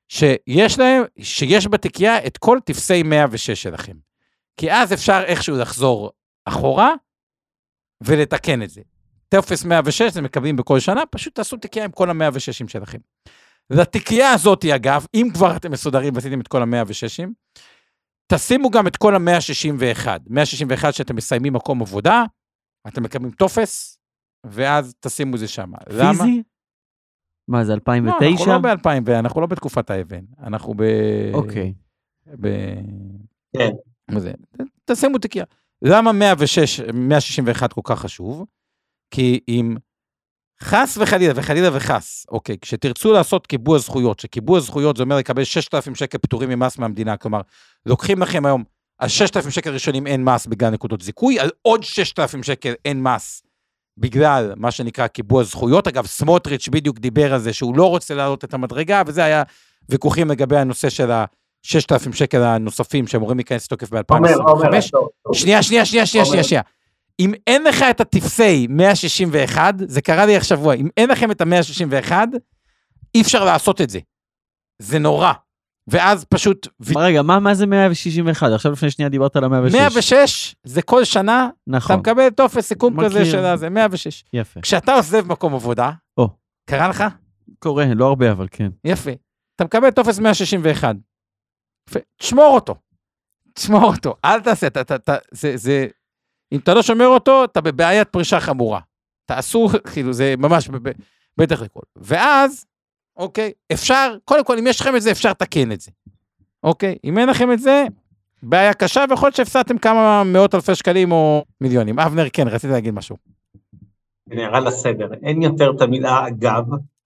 C: שיש בתיקייה את כל תפסי 106 שלכם. כי אז אפשר איכשהו לחזור אחורה, ולתקן את זה. טופס 106, זה מקבלים בכל שנה, פשוט תעשו תיקייה עם כל ה-106 שלכם. לתיקייה הזאת, אגב, אם כבר אתם מסודרים ועשיתם את כל ה-106, תשימו גם את כל ה-161. 161 שאתם מסיימים מקום עבודה, אתם מקבלים טופס, ואז תשימו זה שם.
E: פיזי? מה, זה 2009?
C: לא, אנחנו לא ב-2000, אנחנו לא בתקופת האבן. אנחנו
E: אוקיי.
D: כן.
C: תשימו תיקייה. למה 161 כל כך חשוב? כי אם חס וחלילה וחס, אוקיי, כשתרצו לעשות קיבוע זכויות, שקיבוע זכויות זה אומר לקבל 6,000 שקל פטורים ממס מהמדינה, כלומר, לוקחים לכם היום, על 6,000 שקל ראשונים אין מס בגלל נקודות זיכוי, על עוד 6,000 שקל אין מס, בגלל מה שנקרא קיבוע זכויות. אגב, סמוטריץ' בדיוק דיבר על זה, שהוא לא רוצה להעלות את המדרגה, וזה היה ויכוחים לגבי הנושא של ה-6,000 שקל הנוספים, שאמורים להיכנס לתוקף ב-2025. שנייה. אם אין לך את התפסי 161, זה קרה לי עכשיו, אם אין לכם את ה-161, אי אפשר לעשות את זה. זה נורא. ואז פשוט...
E: רגע, מה זה 161? עכשיו לפני שנייה דיברת על ה-106.
C: 106 זה כל שנה,
E: נכון.
C: אתה מקבל טופס סיכום כזה של זה, 106.
E: יפה.
C: כשאתה עוזב מקום עבודה, קרה לך?
E: קורה, לא הרבה, אבל כן.
C: יפה. אתה מקבל טופס 161. יפה. תשמור אותו. אל תעשה, זה... אם אתה לא שומר אותו, אתה בבעיית פרישה חמורה. תעשו, כאילו, זה ממש בטח לכל. ואז, אוקיי, אפשר, קודם כל, אם יש לכם את זה, אפשר לתקן את זה. אוקיי? אם אין לכם את זה, בעיה קשה, ויכול להיות שהפסדתם כמה מאות אלפי שקלים או מיליונים. אבנר, כן, רציתי להגיד משהו.
D: נראה לסדר, אין יותר את המילה אגב,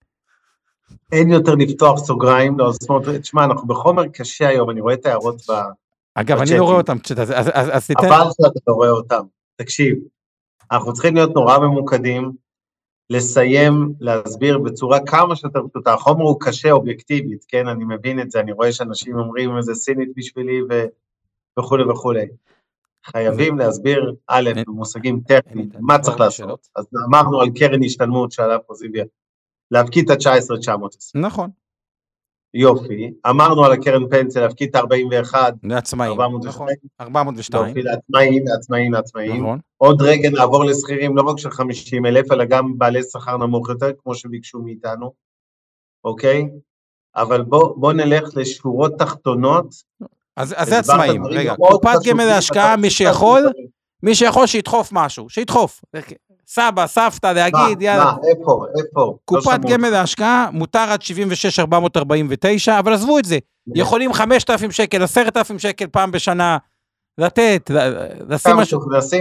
D: אין יותר לפתוח סוגריים, לא, זאת אומרת, תשמע, אנחנו בחומר קשה היום, אני רואה את ההערות
C: אגב, אני לא רואה אותם, אז תיתן...
D: אבל שאתה לא רואה אותם, תקשיב, אנחנו צריכים להיות נורא ממוקדים, לסיים, להסביר בצורה כמה שיותר פשוטה, החומר הוא קשה אובייקטיבית, כן, אני מבין את זה, אני רואה שאנשים אומרים איזה סינית בשבילי וכו' וכו'. חייבים להסביר, א', במושגים טכניים, מה צריך לעשות. אז אמרנו על קרן השתלמות שעלה פה זיביה, להפקיד את ה-19,900.
C: נכון.
D: יופי. אמרנו על הקרן פנסיה, להפקיד את ה-41.
C: לעצמאים, נכון. 402.
D: יופי, לעצמאים.
C: נכון.
D: עוד רגע נעבור לסחירים, לא רק של 50,000, אלא גם בעלי שכר נמוך יותר, כמו שביקשו מאיתנו. אוקיי? אבל בוא נלך לשורות תחתונות.
C: אז זה עצמאים. רגע, קופת גמל להשקעה, מי שיכול שידחוף משהו, שידחוף. סבא, סבתא, להגיד, יאללה.
D: איפה?
C: קופת גמל להשקעה, מותר עד 76,449, אבל עזבו את זה. יכולים 5,000 שקל, 10,000 שקל פעם בשנה, לתת, לשים משהו.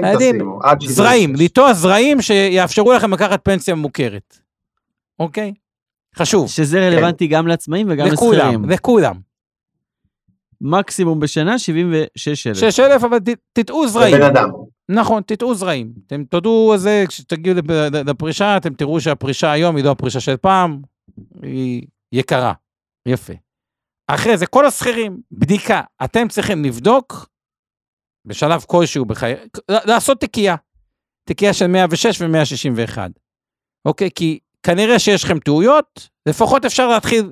C: זרעים, ליטוע זרעים שיאפשרו לכם לקחת פנסיה מוכרת. אוקיי? חשוב.
E: שזה רלוונטי גם לעצמאים וגם לסחירים.
C: לכולם.
E: מקסימום בשנה 76,000.
C: 6,000, אבל תטעו זרעים.
D: לבן אדם.
C: נכון, תטעו זרעים. אתם תודעו זה, כשתגיעו לפרישה, אתם תראו שהפרישה היום היא לא הפרישה של פעם, היא יקרה. יפה. אחרי זה, כל הסחירים, בדיקה, אתם צריכים לבדוק, בשלב כלשהו בחיי, לעשות תקייה של 106 ו-161. אוקיי? כי כנראה שיש לכם טעויות, לפחות אפשר להתחיל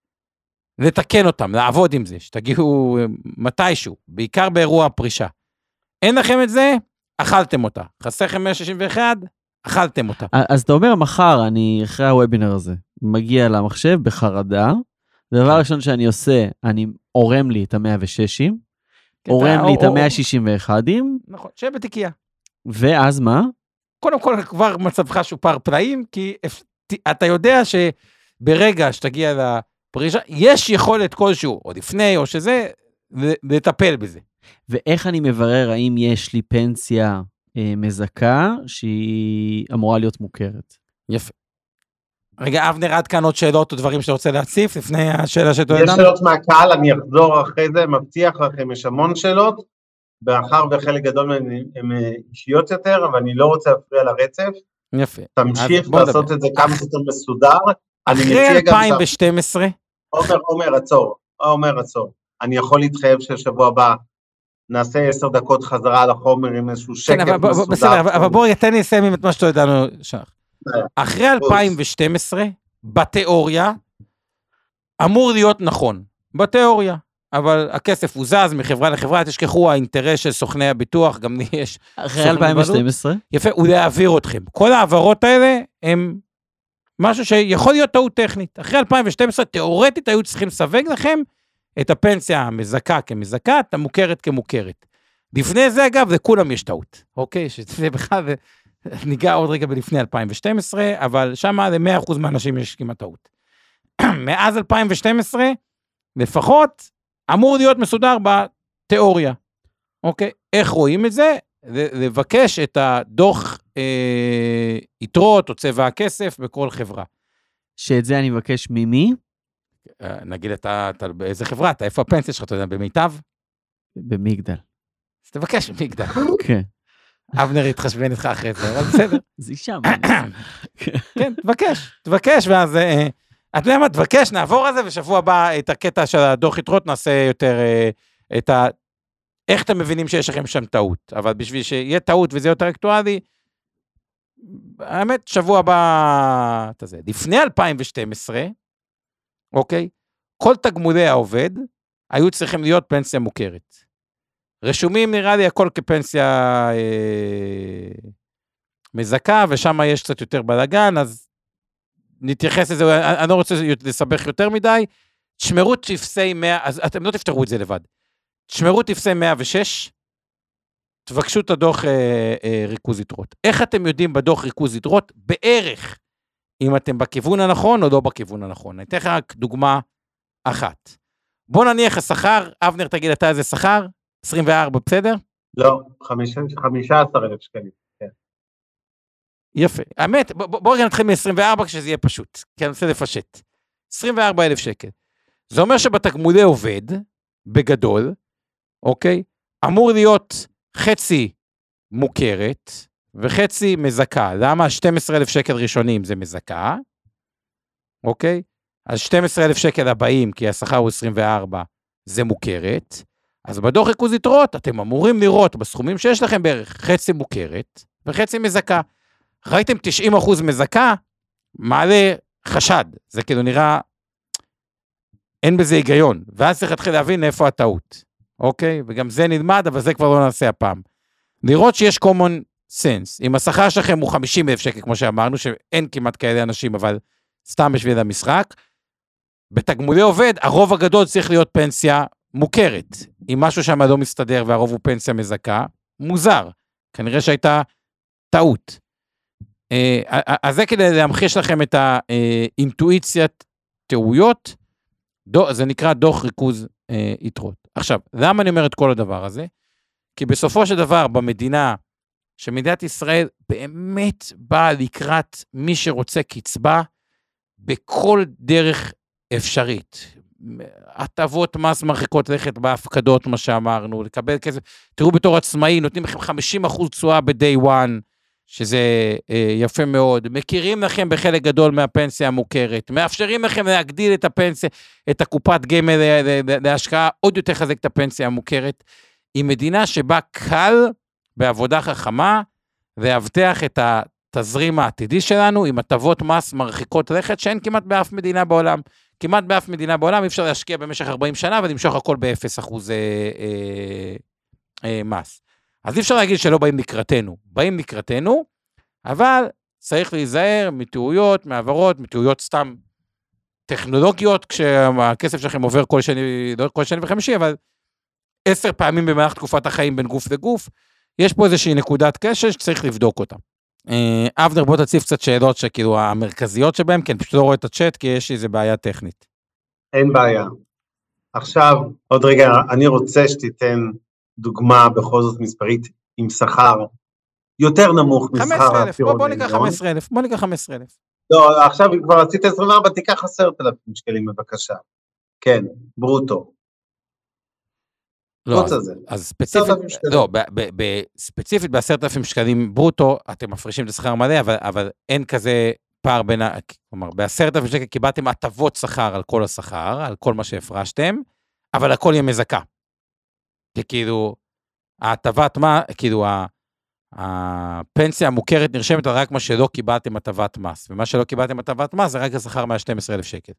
C: לתקן אותם, לעבוד עם זה, שתגיעו מתישהו, בעיקר באירוע הפרישה. אין לכם את זה, אכלתם אותה. חסכם 161, אכלתם אותה.
E: אז אתה אומר, מחר, אני אחרי הוובינר הזה, מגיע למחשב בחרדה, דבר ראשון שאני עושה, אני אורם לי את ה-106, אורם לי את ה-161,
C: נכון, שיהיה בתיקייה.
E: ואז מה?
C: קודם כל, כבר מצבך שופר פלאים, כי אתה יודע שברגע שתגיע לפרישה, יש יכולת כלשהו, או לפני, או שזה, לטפל בזה.
E: ואיך אני מברר האם יש לי פנסיה מזכה שהיא אמורה להיות מוכרת?
C: יפה. רגע, אבנר, עד כאן עוד שאלות או דברים שאתה רוצה להציף לפני השאלה שאתה יודע?
D: יש שאלות מהקהל, אני אחזור אחרי זה, מבטיח לכם, יש המון שאלות, באחר וחלק גדול הן אישיות יותר, אבל אני לא רוצה להפריע לרצף.
C: יפה.
D: תמשיך לעשות את זה כמה שיותר מסודר.
C: אחרי 2012?
D: עומר, עצור. אני יכול להתחייב ששבוע הבא נעשה 10 דקות חזרה על החומר עם איזשהו שקף מסודר.
C: בסדר, אבל בואו תן לי לסיים את מה שאתה ידענו שח. אחרי 2012, בתיאוריה, אמור להיות נכון. בתיאוריה. אבל הכסף הוא זז מחברה לחברה, תשכחו האינטרס של סוכני הביטוח, גם לי יש...
E: אחרי 2012?
C: יפה, הוא להעביר אתכם. כל העברות האלה הם משהו שיכול להיות טעות טכנית. אחרי 2012, תיאורטית היו צריכים לסווג לכם את הפנסיה המזכה כמזכה, את המוכרת כמוכרת. לפני זה, אגב, לכולם יש טעות. אוקיי? שזה בכלל, ניגע עוד רגע בלפני 2012, אבל שם ל-100% מהאנשים יש כמעט טעות. מאז 2012, לפחות, אמור להיות מסודר בתיאוריה. אוקיי? איך רואים את זה? לבקש את הדוח יתרות או צבע הכסף בכל חברה.
E: שאת זה אני מבקש ממי?
C: נגיד אתה באיזה חברה, אתה איפה הפנסיה שלך, אתה יודע, במיטב?
E: במגדל.
C: אז תבקש במגדל.
E: כן.
C: אבנר יתחשבן איתך אחרי זה, אבל בסדר.
E: זה שם.
C: כן, תבקש, ואז, אתה יודע מה, תבקש, נעבור על זה, ושבוע הבא את הקטע של הדוח יתרות, נעשה יותר את איך אתם מבינים שיש לכם שם טעות, אבל בשביל שיהיה טעות וזה יותר אקטואלי, האמת, שבוע הבא, לפני 2012, אוקיי, כל תגמולי העובד, היו צריכים להיות פנסיה מוכרת. רשומים נראה לי הכל כפנסיה מזכה, ושם יש קצת יותר בלגן, אז נתייחס לזה, אני לא רוצה לסבך יותר מדי, תשמרו תפסי 100, אז אתם לא תפתרו את זה לבד. תשמרו תפסי 106, תבקשו את הדוח ריכוז יתרות. איך אתם יודעים בדוח ריכוז יתרות? בערך, אם אתם בכיוון הנכון או לא בכיוון הנכון. אני אתן לך רק דוגמה אחת. בוא נניח השכר, אבנר תגיד אתה איזה שכר? 24, בסדר?
D: לא, 15,000 שקלים.
C: יפה. האמת, בואו רגע נתחיל מ-24 כשזה יהיה פשוט, כי אני רוצה לפשט. 24,000 שקל. זה אומר שבתגמולי עובד, בגדול, אוקיי? אמור להיות חצי מוכרת, וחצי מזכה. למה? 12,000 שקל ראשונים זה מזכה, אוקיי? אז 12,000 שקל הבאים, כי השכר הוא 24, זה מוכרת. אז בדוח ריכוז יתרות, אתם אמורים לראות בסכומים שיש לכם בערך חצי מוכרת, וחצי מזכה. ראיתם 90% מזכה? מעלה חשד. זה כאילו נראה, אין בזה היגיון. ואז צריך להתחיל להבין איפה הטעות. אוקיי? וגם זה נלמד, אבל זה כבר לא נעשה הפעם. לראות שיש common sense. אם השכר שלכם הוא 50,000 שקל, כמו שאמרנו, שאין כמעט כאלה אנשים, אבל סתם בשביל המשחק, בתגמולי עובד, הרוב הגדול צריך להיות פנסיה מוכרת. אם משהו שם לא מסתדר, והרוב הוא פנסיה מזכה, מוזר. כנראה שהייתה טעות. אז זה כדי להמחיש לכם את האינטואיציית טעויות, זה נקרא דוח ריכוז יתרות. עכשיו, למה אני אומר את כל הדבר הזה? כי בסופו של דבר, במדינה, שמדינת ישראל באמת באה לקראת מי שרוצה קצבה, בכל דרך אפשרית. הטבות מס מרחיקות לכת בהפקדות, מה שאמרנו, לקבל כסף. תראו בתור עצמאי, נותנים לכם 50% תשואה ב-day one, שזה יפה מאוד. מכירים לכם בחלק גדול מהפנסיה המוכרת. מאפשרים לכם להגדיל את הפנסיה, את הקופת גמל להשקעה, עוד יותר חזק את הפנסיה המוכרת. היא מדינה שבה קל בעבודה חכמה, להבטח את התזרים העתידי שלנו, עם הטבות מס מרחיקות לכת, שאין כמעט באף מדינה בעולם. כמעט באף מדינה בעולם, אי אפשר להשקיע במשך 40 שנה, ולמשוך הכל ב-0% מס. אז אי אפשר להגיד שלא באים לקראתנו. באים לקראתנו, אבל צריך להיזהר מטעויות, מעברות, מטעויות סתם טכנולוגיות, כשהכסף שלכם עובר כל שני, לא כל שני וחמישי, אבל 10 פעמים במהלך תקופת החיים בין גוף לגוף, יש פה איזושהי נקודת קשר שצריך לבדוק אותה. אבנר, בוא תציף קצת שאלות שכאילו המרכזיות שבהם, כי אני פשוט לא רואה את הצ'אט, כי יש איזו בעיה טכנית.
D: אין בעיה. עכשיו, עוד רגע, אני רוצה שתיתן דוגמה בכל זאת מספרית עם שכר יותר נמוך משכר הפירון.
C: בוא ניקח 15,000, בוא ניקח 15,000.
D: לא, עכשיו כבר רצית 24, תיקח 10,000 שקלים בבקשה. כן, ברוטו.
C: לא, אז ספציפית, לא, ספציפית ב10,000 שקלים ברוטו, אתם מפרישים את השכר מלא, אבל אין כזה פער בין, כלומר, ב10,000 שקל קיבלתם הטבות שכר על כל השכר, על כל מה שהפרשתם, אבל הכל יהיה מזכה. כי כאילו, ההטבת מה, כאילו, הפנסיה המוכרת נרשמת על רק מה שלא קיבלתם הטבת מס, ומה שלא קיבלתם הטבת מס זה רק השכר 112,000 שקל.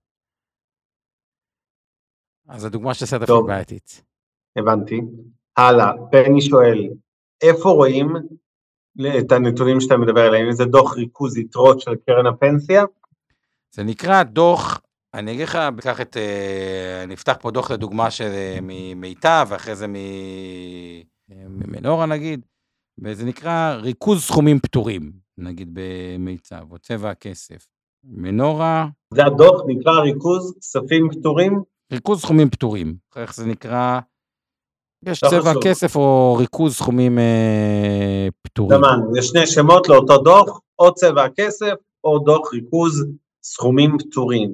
C: אז הדוגמה של 10,000 בעייתית.
D: הבנתי. הלאה, פני שואל, איפה רואים את הנתונים שאתה מדבר עליהם? איזה דוח ריכוז יתרות של קרן הפנסיה?
C: זה נקרא דוח, אני אגיד לך, נפתח פה דוח לדוגמה של ממיטב, ואחרי זה ממנורה נגיד, וזה נקרא ריכוז סכומים פטורים, נגיד במיצב, או צבע הכסף. מנורה...
D: זה הדוח נקרא ריכוז כספים פטורים?
C: ריכוז סכומים פטורים, איך זה נקרא... יש צבע הכסף או ריכוז סכומים פטורים.
D: דמן, יש שני שמות לאותו דוח, או צבע הכסף, או דוח ריכוז סכומים פטורים.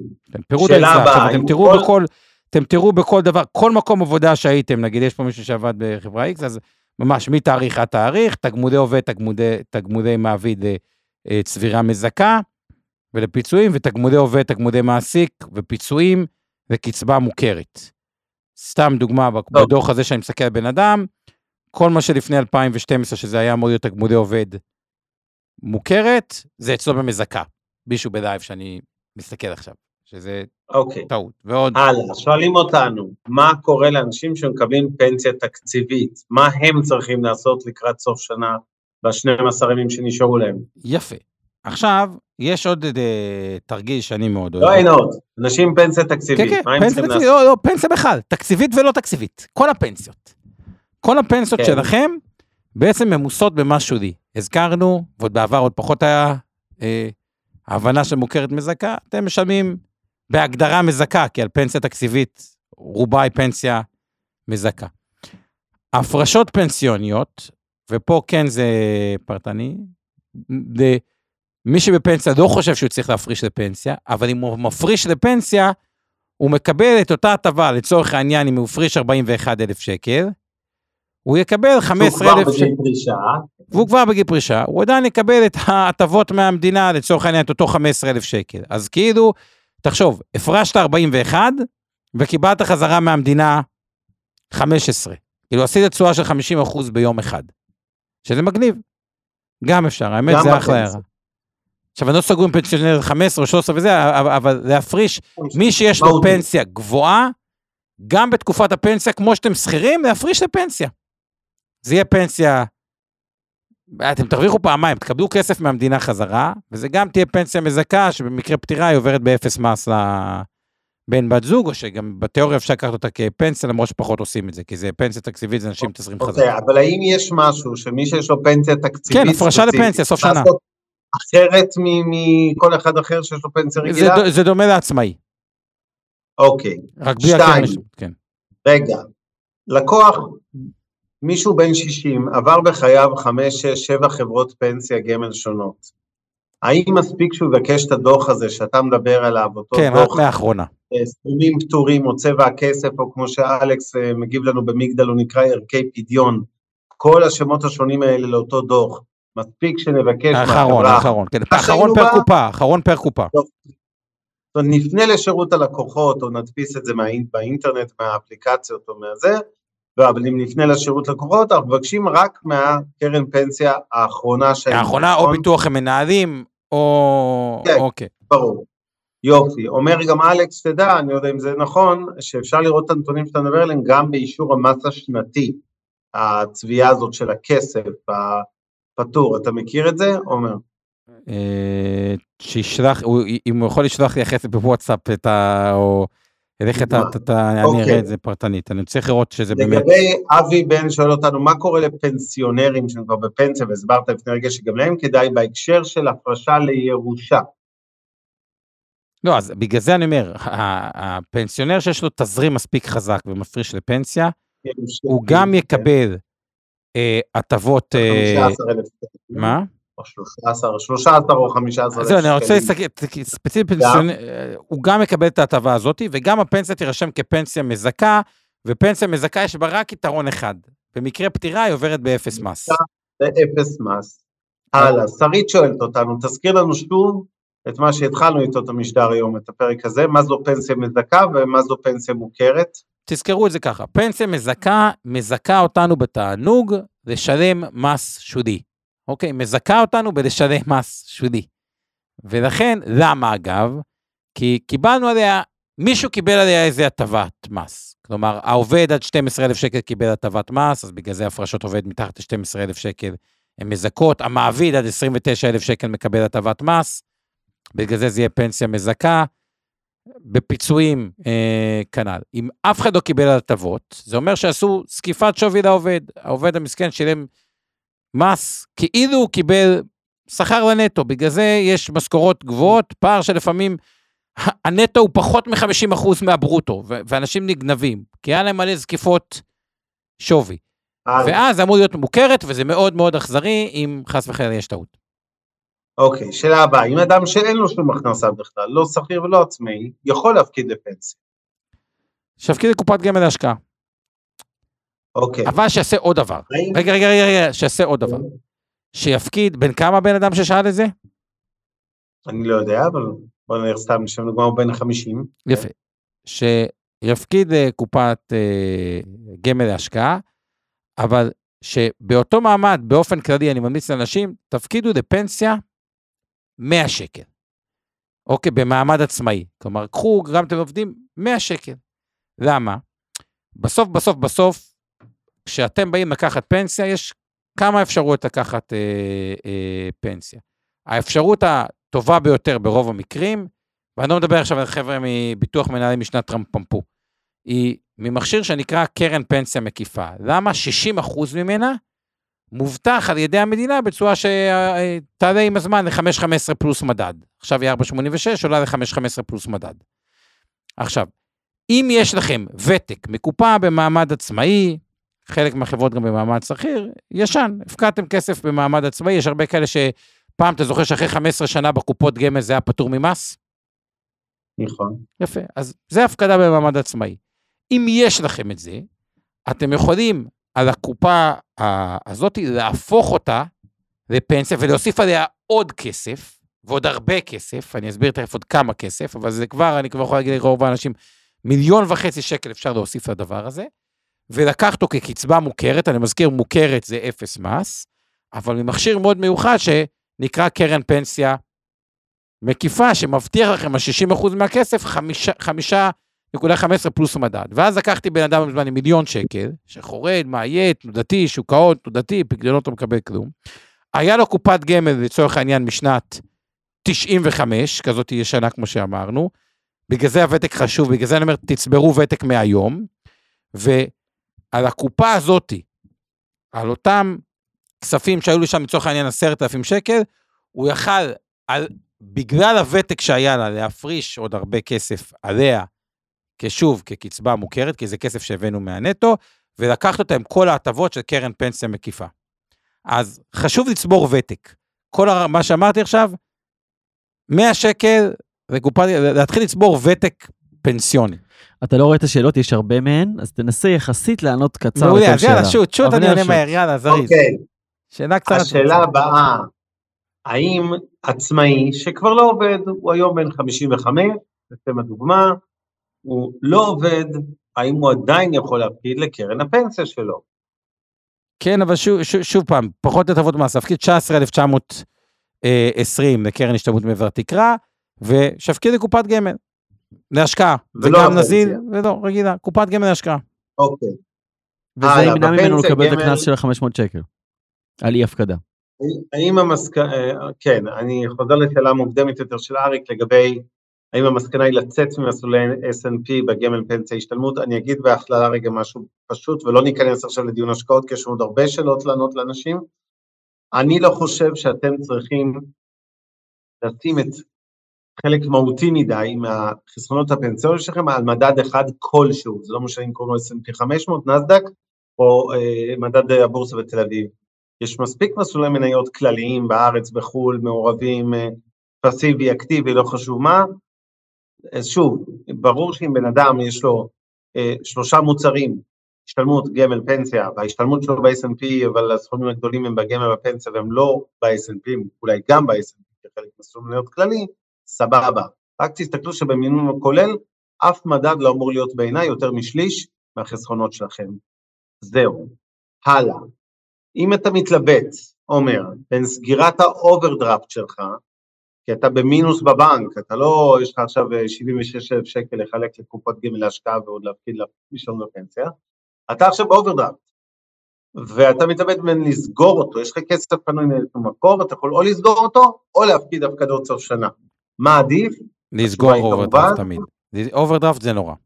C: אתם תראו בכל דבר, כל מקום עבודה שהייתם, נגיד יש פה מישהו שעבד בחברה X, אז ממש מתאריך עד תאריך, תגמודי עובד, תגמודי מעביד צבירה מזכה, ולפיצויים, ותגמודי עובד, תגמודי מעסיק, ופיצויים, וקצבה מוכרת. סתם דוגמה, בדוח הזה שאני מסתכל על בן אדם, כל מה שלפני 2012, שזה היה אמור להיות תגמודי עובד מוכרת, זה אצלו במזכה. מישהו בלייב שאני מסתכל עכשיו, שזה טעות. ועוד...
D: הלאה, שואלים אותנו, מה קורה לאנשים שמקבלים פנסיה תקציבית? מה הם צריכים לעשות לקראת סוף שנה, ב12 ימים שנשארו להם?
C: יפה. עכשיו, יש עוד תרגיל שאני מאוד אוהב.
D: לא אין עוד, אנשים פנסיה תקציבית.
C: כן, פנסיה תקציבית, לא, פנסיה בכלל, תקציבית ולא תקציבית, כל הפנסיות. כל הפנסיות שלכם בעצם ממוסות במשהו לי. הזכרנו, ועוד בעבר עוד פחות היה ההבנה שמוכרת מזכה, אתם משלמים בהגדרה מזכה, כי על פנסיה תקציבית רובה היא פנסיה מזכה. הפרשות פנסיוניות, ופה כן זה פרטני, מי שבפנסיה לא חושב שהוא צריך להפריש לפנסיה, אבל אם הוא מפריש לפנסיה, הוא מקבל את אותה הטבה, לצורך העניין, אם הוא מפריש 41,000 שקל, הוא יקבל 15,000 שקל. והוא כבר בגיל פרישה, הוא עדיין יקבל את ההטבות מהמדינה, לצורך העניין, את אותו 15,000 שקל. אז כאילו, תחשוב, הפרשת 41, וקיבלת חזרה מהמדינה 15. כאילו, עשית תשואה של 50% ביום אחד. שזה מגניב. גם אפשר, האמת זה אחלה הערה. עכשיו, אני לא סגור עם פנסיונר 15 או 13 וזה, אבל להפריש, מי שיש לו פנסיה גבוהה, גם בתקופת הפנסיה, כמו שאתם שכירים, להפריש לפנסיה. זה יהיה פנסיה, אתם תרוויחו פעמיים, תקבלו כסף מהמדינה חזרה, וזה גם תהיה פנסיה מזכה, שבמקרה פטירה היא עוברת באפס מס לבן בת זוג, או שגם בתיאוריה אפשר לקחת אותה כפנסיה, למרות שפחות עושים את זה, כי זה פנסיה תקציבית, זה אנשים תזרים חזרה.
D: אבל האם יש משהו שמי שיש לו פנסיה תקציבית,
C: כן, הפרשה לפנסיה, סוף שנה.
D: אחרת מכל אחד אחר שיש לו פנסיה רגילה?
C: זה דומה לעצמאי.
D: אוקיי.
C: רק בלי הקרן. כן.
D: רגע, לקוח, מישהו בן 60, עבר בחייו 5, 6, 7 חברות פנסיה גמל שונות. האם מספיק שהוא יבקש את הדוח הזה שאתה מדבר עליו, אותו
C: כן,
D: דוח,
C: רק לאחרונה.
D: סכומים פטורים, או צבע הכסף, או כמו שאלכס מגיב לנו במגדל, הוא נקרא ערכי פדיון, כל השמות השונים האלה לאותו דוח, מספיק שנבקש
C: האחרון, כן, האחרון פר קופה.
D: נפנה לשירות הלקוחות, או נדפיס את זה באינטרנט, מהאפליקציות או מהזה, אבל אם נפנה לשירות לקוחות, אנחנו מבקשים רק מהקרן פנסיה האחרונה שלנו.
C: האחרונה או ביטוח המנהלים, או...
D: כן,
C: אוקיי.
D: ברור. יופי. אומר גם אלכס, תדע, אני יודע אם זה נכון, שאפשר לראות את הנתונים שאתה מדבר עליהם, גם באישור המס השנתי, הצביעה הזאת של הכסף, הפטור. אתה מכיר את זה, עומר?
C: שישלח, אם הוא יכול לשלוח לי אחרי זה בוואטסאפ, או... אני אראה את זה פרטנית, אני צריך לראות שזה באמת...
D: לגבי אבי בן שואל אותנו, מה קורה לפנסיונרים שהם כבר בפנסיה, והסברת לפני רגע שגם להם כדאי בהקשר של הפרשה לירושה.
C: לא, אז בגלל זה אני אומר, הפנסיונר שיש לו תזרים מספיק חזק ומפריש לפנסיה, הוא גם יקבל הטבות...
D: 15,000.
C: מה?
D: 13 או 15.
C: זהו, אני רוצה להסתכל, ספציפית פנסיונר, הוא גם מקבל את ההטבה הזאת, וגם הפנסיה תירשם כפנסיה מזכה, ופנסיה מזכה יש בה רק יתרון אחד. במקרה פטירה היא עוברת באפס מס.
D: באפס מס. הלאה, שרית שואלת אותנו, תזכיר לנו שוב את מה שהתחלנו איתו את המשדר היום, את הפרק הזה, מה זו פנסיה מזכה ומה זו פנסיה מוכרת?
C: תזכרו את זה ככה, פנסיה מזכה אותנו בתענוג לשלם מס שולי. אוקיי, מזכה אותנו בלשלם מס שולי. ולכן, למה אגב? כי קיבלנו עליה, מישהו קיבל עליה איזה הטבת מס. כלומר, העובד עד 12,000 שקל קיבל הטבת מס, אז בגלל זה הפרשות עובד מתחת ל-12,000 שקל הן מזכות, המעביד עד 29,000 שקל מקבל הטבת מס, בגלל זה יהיה פנסיה מזכה, בפיצויים כנ"ל. אם אף אחד לא קיבל הטבות, זה אומר שעשו סקיפת שווי לעובד, העובד המסכן שילם מס, כאילו הוא קיבל שכר לנטו, בגלל זה יש משכורות גבוהות, פער שלפעמים הנטו הוא פחות מ-50% מהברוטו, ואנשים נגנבים, כי היה להם מלא זקיפות שווי. ואז אמור להיות מוכרת, וזה מאוד מאוד אכזרי, אם חס וחלילה יש טעות.
D: אוקיי, שאלה הבאה, אם אדם שאין לו שום הכנסה בכלל, לא שכיר ולא עצמאי, יכול להפקיד לפנסיה.
C: שיפקיד לקופת גמל להשקעה.
D: אוקיי.
C: אבל שיעשה עוד דבר. רגע, שיעשה עוד דבר. שיפקיד, בין כמה בן אדם ששאל את זה?
D: אני לא יודע, אבל בוא נראה סתם, נגמר בין 50.
C: יפה. שיפקיד קופת גמל להשקעה, אבל שבאותו מעמד, באופן כללי, אני ממליץ לאנשים, תפקידו לפנסיה 100 שקל. אוקיי, במעמד עצמאי. כלומר, קחו, גם אתם עובדים 100 שקל. למה? בסוף, כשאתם באים לקחת פנסיה, יש כמה אפשרויות לקחת פנסיה. האפשרות הטובה ביותר ברוב המקרים, ואני לא מדבר עכשיו על חבר'ה מביטוח מנהלים משנת טרמפמפו, היא ממכשיר שנקרא קרן פנסיה מקיפה. למה? 60% ממנה מובטח על ידי המדינה בצורה שתעלה עם הזמן ל-5.15 פלוס מדד. עכשיו היא 4.86, עולה ל-5.15 פלוס מדד. עכשיו, אם יש לכם ותק מקופה במעמד עצמאי, חלק מהחברות גם במעמד שכיר, ישן, הפקדתם כסף במעמד עצמאי, יש הרבה כאלה פעם אתה זוכר שאחרי 15 שנה בקופות גמל זה היה פטור ממס?
D: נכון.
C: יפה, אז זה הפקדה במעמד עצמאי. אם יש לכם את זה, אתם יכולים על הקופה הזאת להפוך אותה לפנסיה, ולהוסיף עליה עוד כסף, ועוד הרבה כסף, אני אסביר תכף עוד כמה כסף, אבל זה כבר, אני כבר יכול להגיד לרוב האנשים, 1.5 מיליון שקל אפשר להוסיף לדבר הזה, ולקח אותו כקצבה מוכרת, אני מזכיר מוכרת זה 0 מס, אבל ממכשיר מאוד מיוחד שנקרא קרן פנסיה מקיפה, שמבטיח לכם 60% מהכסף, 5.15 פלוס מדד. ואז לקחתי בן אדם בזמן 1 מיליון שקל, שחורד, מעיית, תנודתי, שוק ההון, תנודתי, פקדונות לא מקבל כלום. היה לו קופת גמל לצורך העניין משנת 95, כזאת ישנה כמו שאמרנו, בגלל זה הוותק חשוב, בגלל זה אני אומר, תצברו ותק מהיום, ועל הקופה הזאת, על אותם כספים שהיו לי שם מצורך העניין 10,000 שקל, הוא יכל, בגלל הוותק שהיה לה, להפריש עוד הרבה כסף עליה, כשוב, כקצבה מוכרת, כי זה כסף שהבאנו מהנטו, ולקחת אותה עם כל ההטבות של קרן פנסיה מקיפה. אז חשוב לצבור ותק. כל מה שאמרתי עכשיו, 100 שקל, להתחיל לצבור ותק פנסיוני.
E: אתה לא רואה את השאלות, יש הרבה מהן, אז תנסה יחסית לענות קצר.
C: מעולה, אז יאללה, שוט, אני עונה מהר, יאללה, זריז.
D: אוקיי.
C: שאלה קצרה.
D: השאלה הבאה, האם עצמאי שכבר לא עובד, הוא היום בן 55, לפי הדוגמה, הוא לא עובד, האם הוא עדיין יכול להפקיד לקרן הפנסיה שלו?
C: כן, אבל שוב פעם, פחות הטבות מס, להפקיד 19,920 לקרן השתלמות מעבר תקרה, ושהפקיד לקופת גמל, להשקעה. זה גם נזיל, ולא, רגילה, קופת גמל להשקעה.
D: אוקיי.
E: וזה ימנע ממנו לקבל את הקנס של 500 שקל, על אי הפקדה.
D: האם כן, אני חוזר לשאלה מוקדמת יותר של אריק, לגבי האם המסקנה היא לצאת ממסלולי S&P בגמל פנסיה השתלמות. אני אגיד בהכללה רגע משהו פשוט, ולא ניכנס עכשיו לדיון השקעות, כי יש עוד הרבה שאלות לענות לאנשים. אני לא חושב שאתם צריכים לשים את חלק מהותי מדי מהחסכונות הפנסיוניים שלכם על מדד אחד כלשהו, זה לא משנה אם קוראים לו S&P 500, נסדק, או מדד הבורסה בתל אביב. יש מספיק מסלולי מניות כלליים בארץ, בחול, מעורבים, פסיבי, אקטיבי, לא חשוב מה. אז שוב, ברור שאם בן אדם יש לו 3 מוצרים, השתלמות, גמל, פנסיה, וההשתלמות שלו ב-S&P, אבל הסכומים הגדולים הם בגמל בפנסיה, והם לא ב-S&P, אולי גם ב-S&P, כחלק מסלול מניות כללי, סבבה. רק תסתכלו שבמינון הכולל, אף מדד לא אמור להיות בעיניי יותר משליש מהחסכונות שלכם. זהו. הלאה. אם אתה מתלבט, אומר, בין סגירת האוברדרפט שלך, כי אתה במינוס בבנק, אתה לא, יש לך עכשיו 76,000 שקל לחלק לקופות גמל להשקעה ועוד להפקיד לשלום לפנסיה, אתה עכשיו באוברדרפט, ואתה מתלבט בין לסגור אותו, יש לך כסף פנוי ממקור, אתה יכול או לסגור אותו, או להפקיד הפקדות סוף שנה. מה עדיף?
C: לסגור אוברדרפט תמיד. אוברדרפט זה נורא.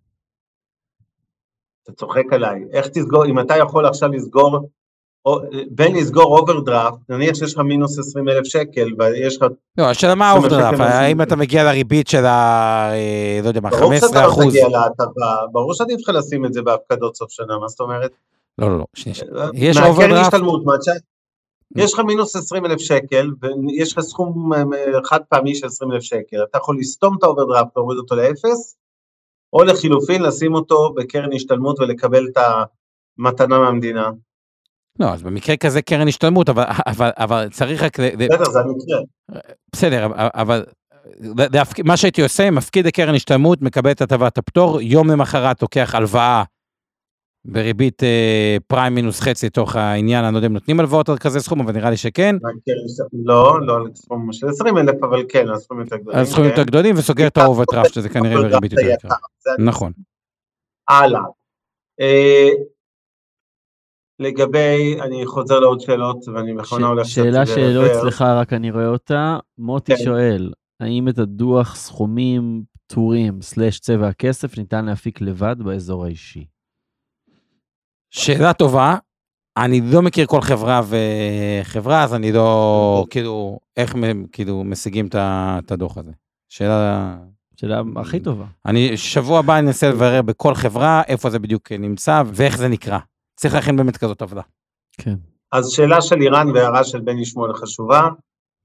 D: אתה צוחק עליי. איך תסגור, אם אתה יכול עכשיו לסגור, בין לסגור אוברדרפט, נניח שיש לך מינוס 20,000 שקל, ויש לך...
C: לא, השאלה מה האוברדרפט? האם אתה מגיע לריבית של לא יודע מה, 15%?
D: ברור שאתה לא תגיע להטבה, ברור שעדיף לך לשים את זה בהפקדות סוף שנה, מה זאת אומרת?
C: לא, שנייה. יש אוברדרפט?
D: יש לך מינוס 20,000 שקל, ויש לך סכום חד פעמי של 20,000 שקל, אתה יכול לסתום את האוברדרפט, להוריד אותו לאפס, או לחילופין לשים אותו בקרן השתלמות ולקבל את המתנה מהמדינה.
C: לא, אז במקרה כזה קרן השתלמות, אבל צריך רק...
D: בסדר, זה המקרה.
C: בסדר, אבל מה שהייתי עושה, מפקיד לקרן השתלמות, מקבל את הטבת הפטור, יום למחרת לוקח הלוואה בריבית פריים מינוס חצי תוך העניין, אני לא יודע אם נותנים הלוואות על כזה סכום, אבל נראה לי שכן.
D: לא, סכום של 20,000, אבל כן, הסכומים יותר גדולים.
C: הסכומים יותר גדולים, וסוגר את האוברדרפט, שזה כנראה בריבית יותר יקרה. נכון.
D: הלאה. לגבי, אני חוזר לעוד שאלות, ואני מכונה הולך...
E: שאלה שלא אצלך, רק אני רואה אותה. מוטי שואל, האם את הדוח סכומים פטורים / צבע הכסף ניתן להפיק לבד באזור האישי?
C: שאלה טובה. אני לא מכיר כל חברה וחברה, אז אני לא, כאילו, איך כאילו משיגים את הדוח הזה? שאלה
E: הכי טובה.
C: אני שבוע הבא ננסה לברר בכל חברה, איפה זה בדיוק נמצא, ואיך זה נקרא. צריך להכין באמת כזאת עבודה.
E: כן.
D: אז שאלה של איראן והערה של בני שמואל חשובה,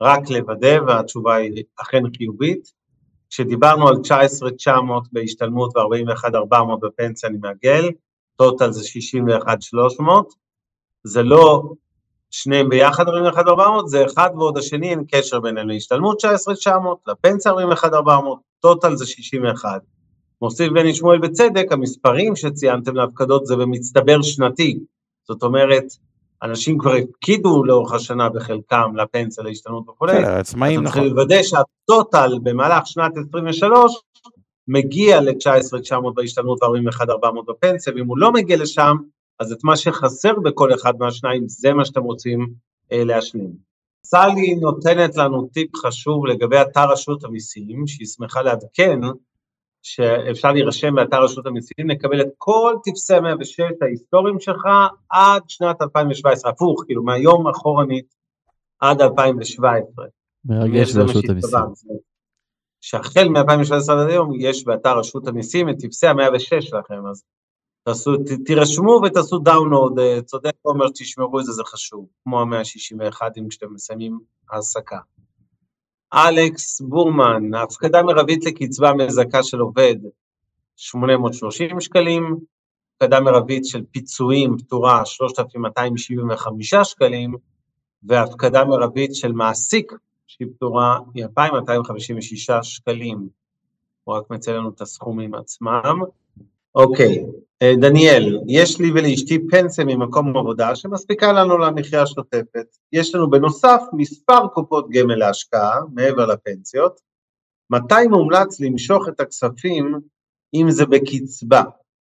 D: רק לוודא, והתשובה היא אכן חיובית. כשדיברנו על 19,900 בהשתלמות ו-41,400 בפנסיה, אני מעגל, טוטל זה 61,300, זה לא שניהם ביחד 41,400, זה אחד ועוד השני, אין קשר ביניהם להשתלמות 19,900, לפנסיה 41,400, טוטל זה 61. מוסיף בני שמואל בצדק, המספרים שציינתם להפקדות זה במצטבר שנתי, זאת אומרת, אנשים כבר הפקידו לאורך השנה בחלקם לפנסיה, להשתלמות וכו'.
C: עצמאים,
D: נכון. צריך לוודא שהטוטל במהלך שנת 23 מגיע ל-19,900 בהשתלמות ו-41,400 בפנסיה, ואם הוא לא מגיע לשם, אז את מה שחסר בכל אחד מהשניים, זה מה שאתם רוצים להשלים. סלי נותנת לנו טיפ חשוב לגבי אתר רשות המיסים, שהיא שמחה לעדכן, שאפשר להירשם באתר רשות המיסים, לקבל את כל טפסי 106 ההיסטוריים שלך, עד שנת 2017, הפוך, כאילו מהיום אחורנית, עד 2017.
E: מרגש ברשות המיסים.
D: שהחל מ-2017 עד היום, יש באתר רשות המיסים את טפסי 106 שלכם, אז תירשמו ותעשו דאונלוד, צודק אומר שתשמרו את זה, זה חשוב, כמו 161 אם כשאתם מסיימים העסקה. אלכס בורמן, ההפקדה מרבית לקצבה מזכה של עובד 830 שקלים, הפקדה מרבית של פיצויים פטורה 3,275 שקלים, והפקדה מרבית של מעסיק שהיא פטורה היא 2,256 שקלים. הוא רק מצא לנו את הסכומים עצמם. אוקיי, דניאל, יש לי ולאשתי פנסיה ממקום עבודה שמספיקה לנו למחיה השוטפת. יש לנו בנוסף מספר קופות גמל להשקעה, מעבר לפנסיות. מתי מומלץ למשוך את הכספים אם זה בקצבה?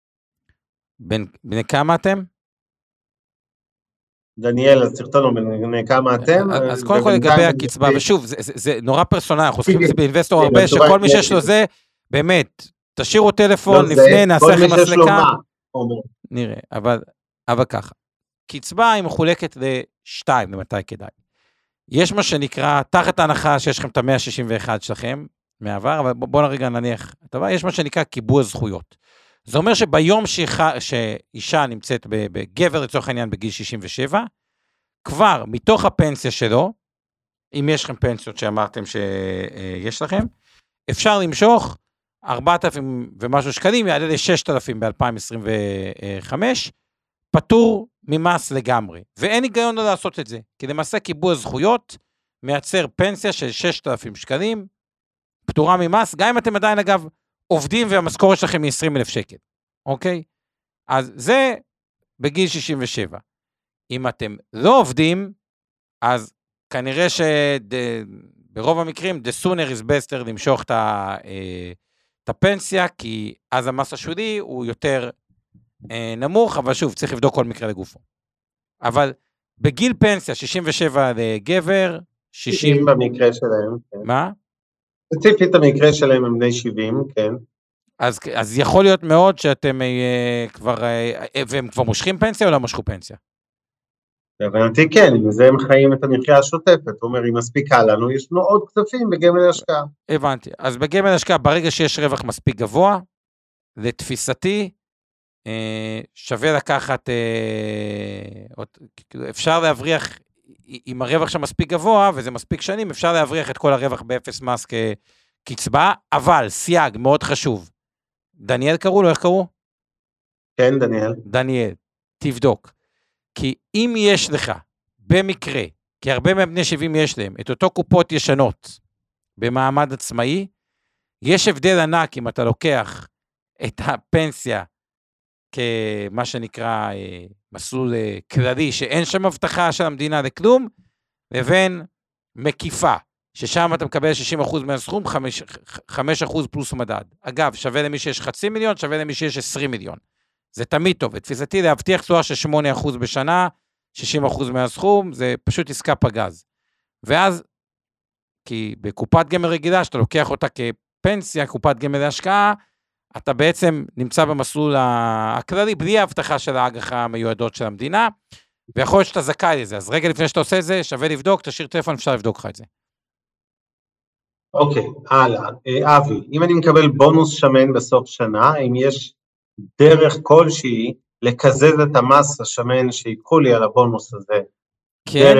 C: בני כמה אתם?
D: דניאל, אז תכתוב לנו בני כמה אתם.
C: אז קודם כל לגבי הקצבה, ושוב, זה נורא פרסונלי, אנחנו עושים את זה באינבסטור הרבה, שכל מי שיש לו זה, באמת, תשאירו טלפון לפני, נעשה לכם מסלקה, נראה, אבל ככה, קצבה היא מחולקת לשתיים, למתי כדאי. יש מה שנקרא, תחת ההנחה שיש לכם את ה-161 שלכם, מעבר, אבל בואו נרגע נניח, יש מה שנקרא קיבוע זכויות. זה אומר שביום שאישה נמצאת בגבר לצורך העניין בגיל 67, כבר מתוך הפנסיה שלו, אם יש לכם פנסיות שאמרתם שיש לכם, אפשר למשוך 4,000 ומשהו שקלים, יעלה ל-6,000 ב-2025, פטור ממס לגמרי. ואין היגיון לא לעשות את זה, כי למעשה קיבוע זכויות מייצר פנסיה של 6,000 שקלים, פטורה ממס, גם אם אתם עדיין אגב עובדים והמשכורת שלכם היא 20,000 שקל, אוקיי? אז זה בגיל 67. אם אתם לא עובדים, אז כנראה שברוב המקרים, the sooner is better למשוך את הפנסיה, כי אז המס השולי הוא יותר נמוך, אבל שוב, צריך לבדוק כל מקרה לגופו. אבל בגיל פנסיה, 67 לגבר, 60
D: במקרה שלהם. כן.
C: מה?
D: ספציפית המקרה שלהם הם בני 70, כן.
C: אז יכול להיות מאוד שאתם כבר, והם כבר מושכים פנסיה או לא מושכו פנסיה?
D: להבנתי כן, עם זה הם חיים את המחיה השוטפת, הוא אומר, אם מספיקה לנו, יש לנו עוד כספים בגמל השקעה.
C: הבנתי, אז בגמל השקעה, ברגע שיש רווח מספיק גבוה, לתפיסתי, שווה לקחת, אפשר להבריח, עם הרווח שמספיק גבוה, וזה מספיק שנים, אפשר להבריח את כל הרווח באפס מס כקצבה, אבל סייג מאוד חשוב. דניאל קראו לו, איך קראו?
D: כן, דניאל.
C: דניאל, תבדוק. כי אם יש לך, במקרה, כי הרבה מבני 70 יש להם, את אותו קופות ישנות, במעמד עצמאי, יש הבדל ענק אם אתה לוקח את הפנסיה, כמה שנקרא מסלול כללי, שאין שם הבטחה של המדינה לכלום, לבין מקיפה, ששם אתה מקבל 60% מהסכום, 5% פלוס מדד. אגב, שווה למי שיש 500,000, שווה למי שיש 20,000,000. זה תמיד טוב. ותפיסתי להבטיח תשואה של 8% בשנה, 60% מהסכום, זה פשוט עסקה פגז. ואז, כי בקופת גמל רגילה, שאתה לוקח אותה כפנסיה, קופת גמל להשקעה, אתה בעצם נמצא במסלול הכללי, בלי ההבטחה של האג"ח המיועדות של המדינה, ויכול להיות שאתה זכאי לזה. אז רגע לפני שאתה עושה את זה, שווה לבדוק, תשאיר טלפון, אפשר לבדוק לך את זה.
D: אוקיי, הלאה. אבי, אם אני מקבל בונוס שמן בסוף שנה, אם יש דרך כלשהי לקזז את המס השמן שיקחו לי על הבונוס הזה,
C: כן.
D: דרך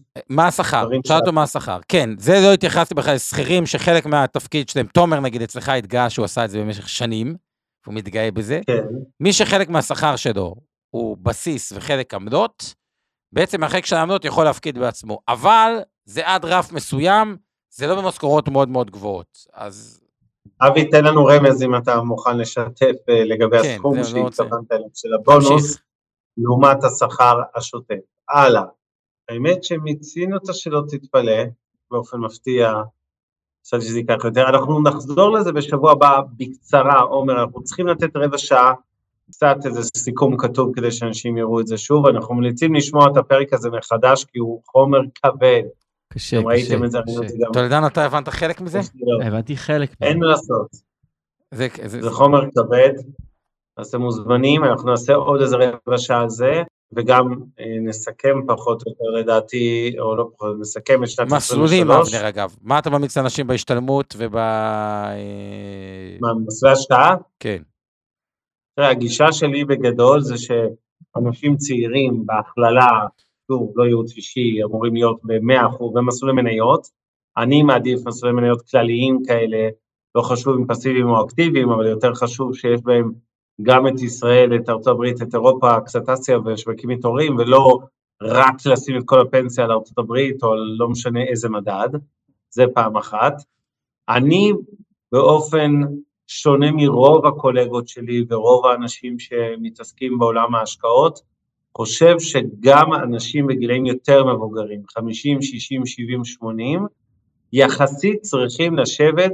C: מה השכר? שאלתו מה השכר. כן, זה לא התייחסתי בכלל לשכירים שחלק מהתפקיד שלהם, תומר נגיד אצלך התגאה שהוא עשה את זה במשך שנים, הוא מתגאה בזה.
D: כן.
C: מי שחלק מהשכר שלו הוא בסיס וחלק עמדות, בעצם החלק של העמדות יכול להפקיד בעצמו, אבל זה עד רף מסוים, זה לא במשכורות מאוד מאוד גבוהות. אז...
D: אבי, תן לנו רמז אם אתה מוכן לשתף לגבי הסכום שהתכוונת אליו של הבונוס, לעומת השכר השוטף. הלאה. האמת שמצינו אותה שלא תתפלא, באופן מפתיע, חשבתי שזה ייקח יותר, אנחנו נחזור לזה בשבוע הבא בקצרה, עומר, אנחנו צריכים לתת רבע שעה, קצת איזה סיכום כתוב כדי שאנשים יראו את זה שוב, אנחנו ממליצים לשמוע את הפרק הזה מחדש, כי הוא חומר כבד.
E: קשה, קשה.
D: ראיתם את זה,
C: תולדן, אתה הבנת חלק מזה?
E: הבנתי חלק.
D: אין מה לעשות. זה חומר כבד, אז אתם מוזמנים, אנחנו נעשה עוד איזה רבע שעה על זה, וגם נסכם פחות או יותר לדעתי, או לא פחות, נסכם את שנת 23.
C: מסלולים, אבנר, אגב. מה אתה ממליץ לאנשים בהשתלמות
D: מה, מסלולי השקעה?
C: כן.
D: תראה, הגישה שלי בגדול זה שאנשים צעירים בהכללה, לא ייעוץ אישי, אמורים להיות ב-100% במסלולי מניות, אני מעדיף מסלולי מניות כלליים כאלה, לא חשוב אם פסיביים או אקטיביים, אבל יותר חשוב שיש בהם גם את ישראל, את ארצות הברית, את אירופה, קצת אסיה ושווקים מתעוררים, ולא רק לשים את כל הפנסיה על ארצות הברית, או לא משנה איזה מדד, זה פעם אחת. אני באופן שונה מרוב הקולגות שלי, ורוב האנשים שמתעסקים בעולם ההשקעות, חושב שגם אנשים בגילאים יותר מבוגרים, 50, 60, 70, 80, יחסית צריכים לשבת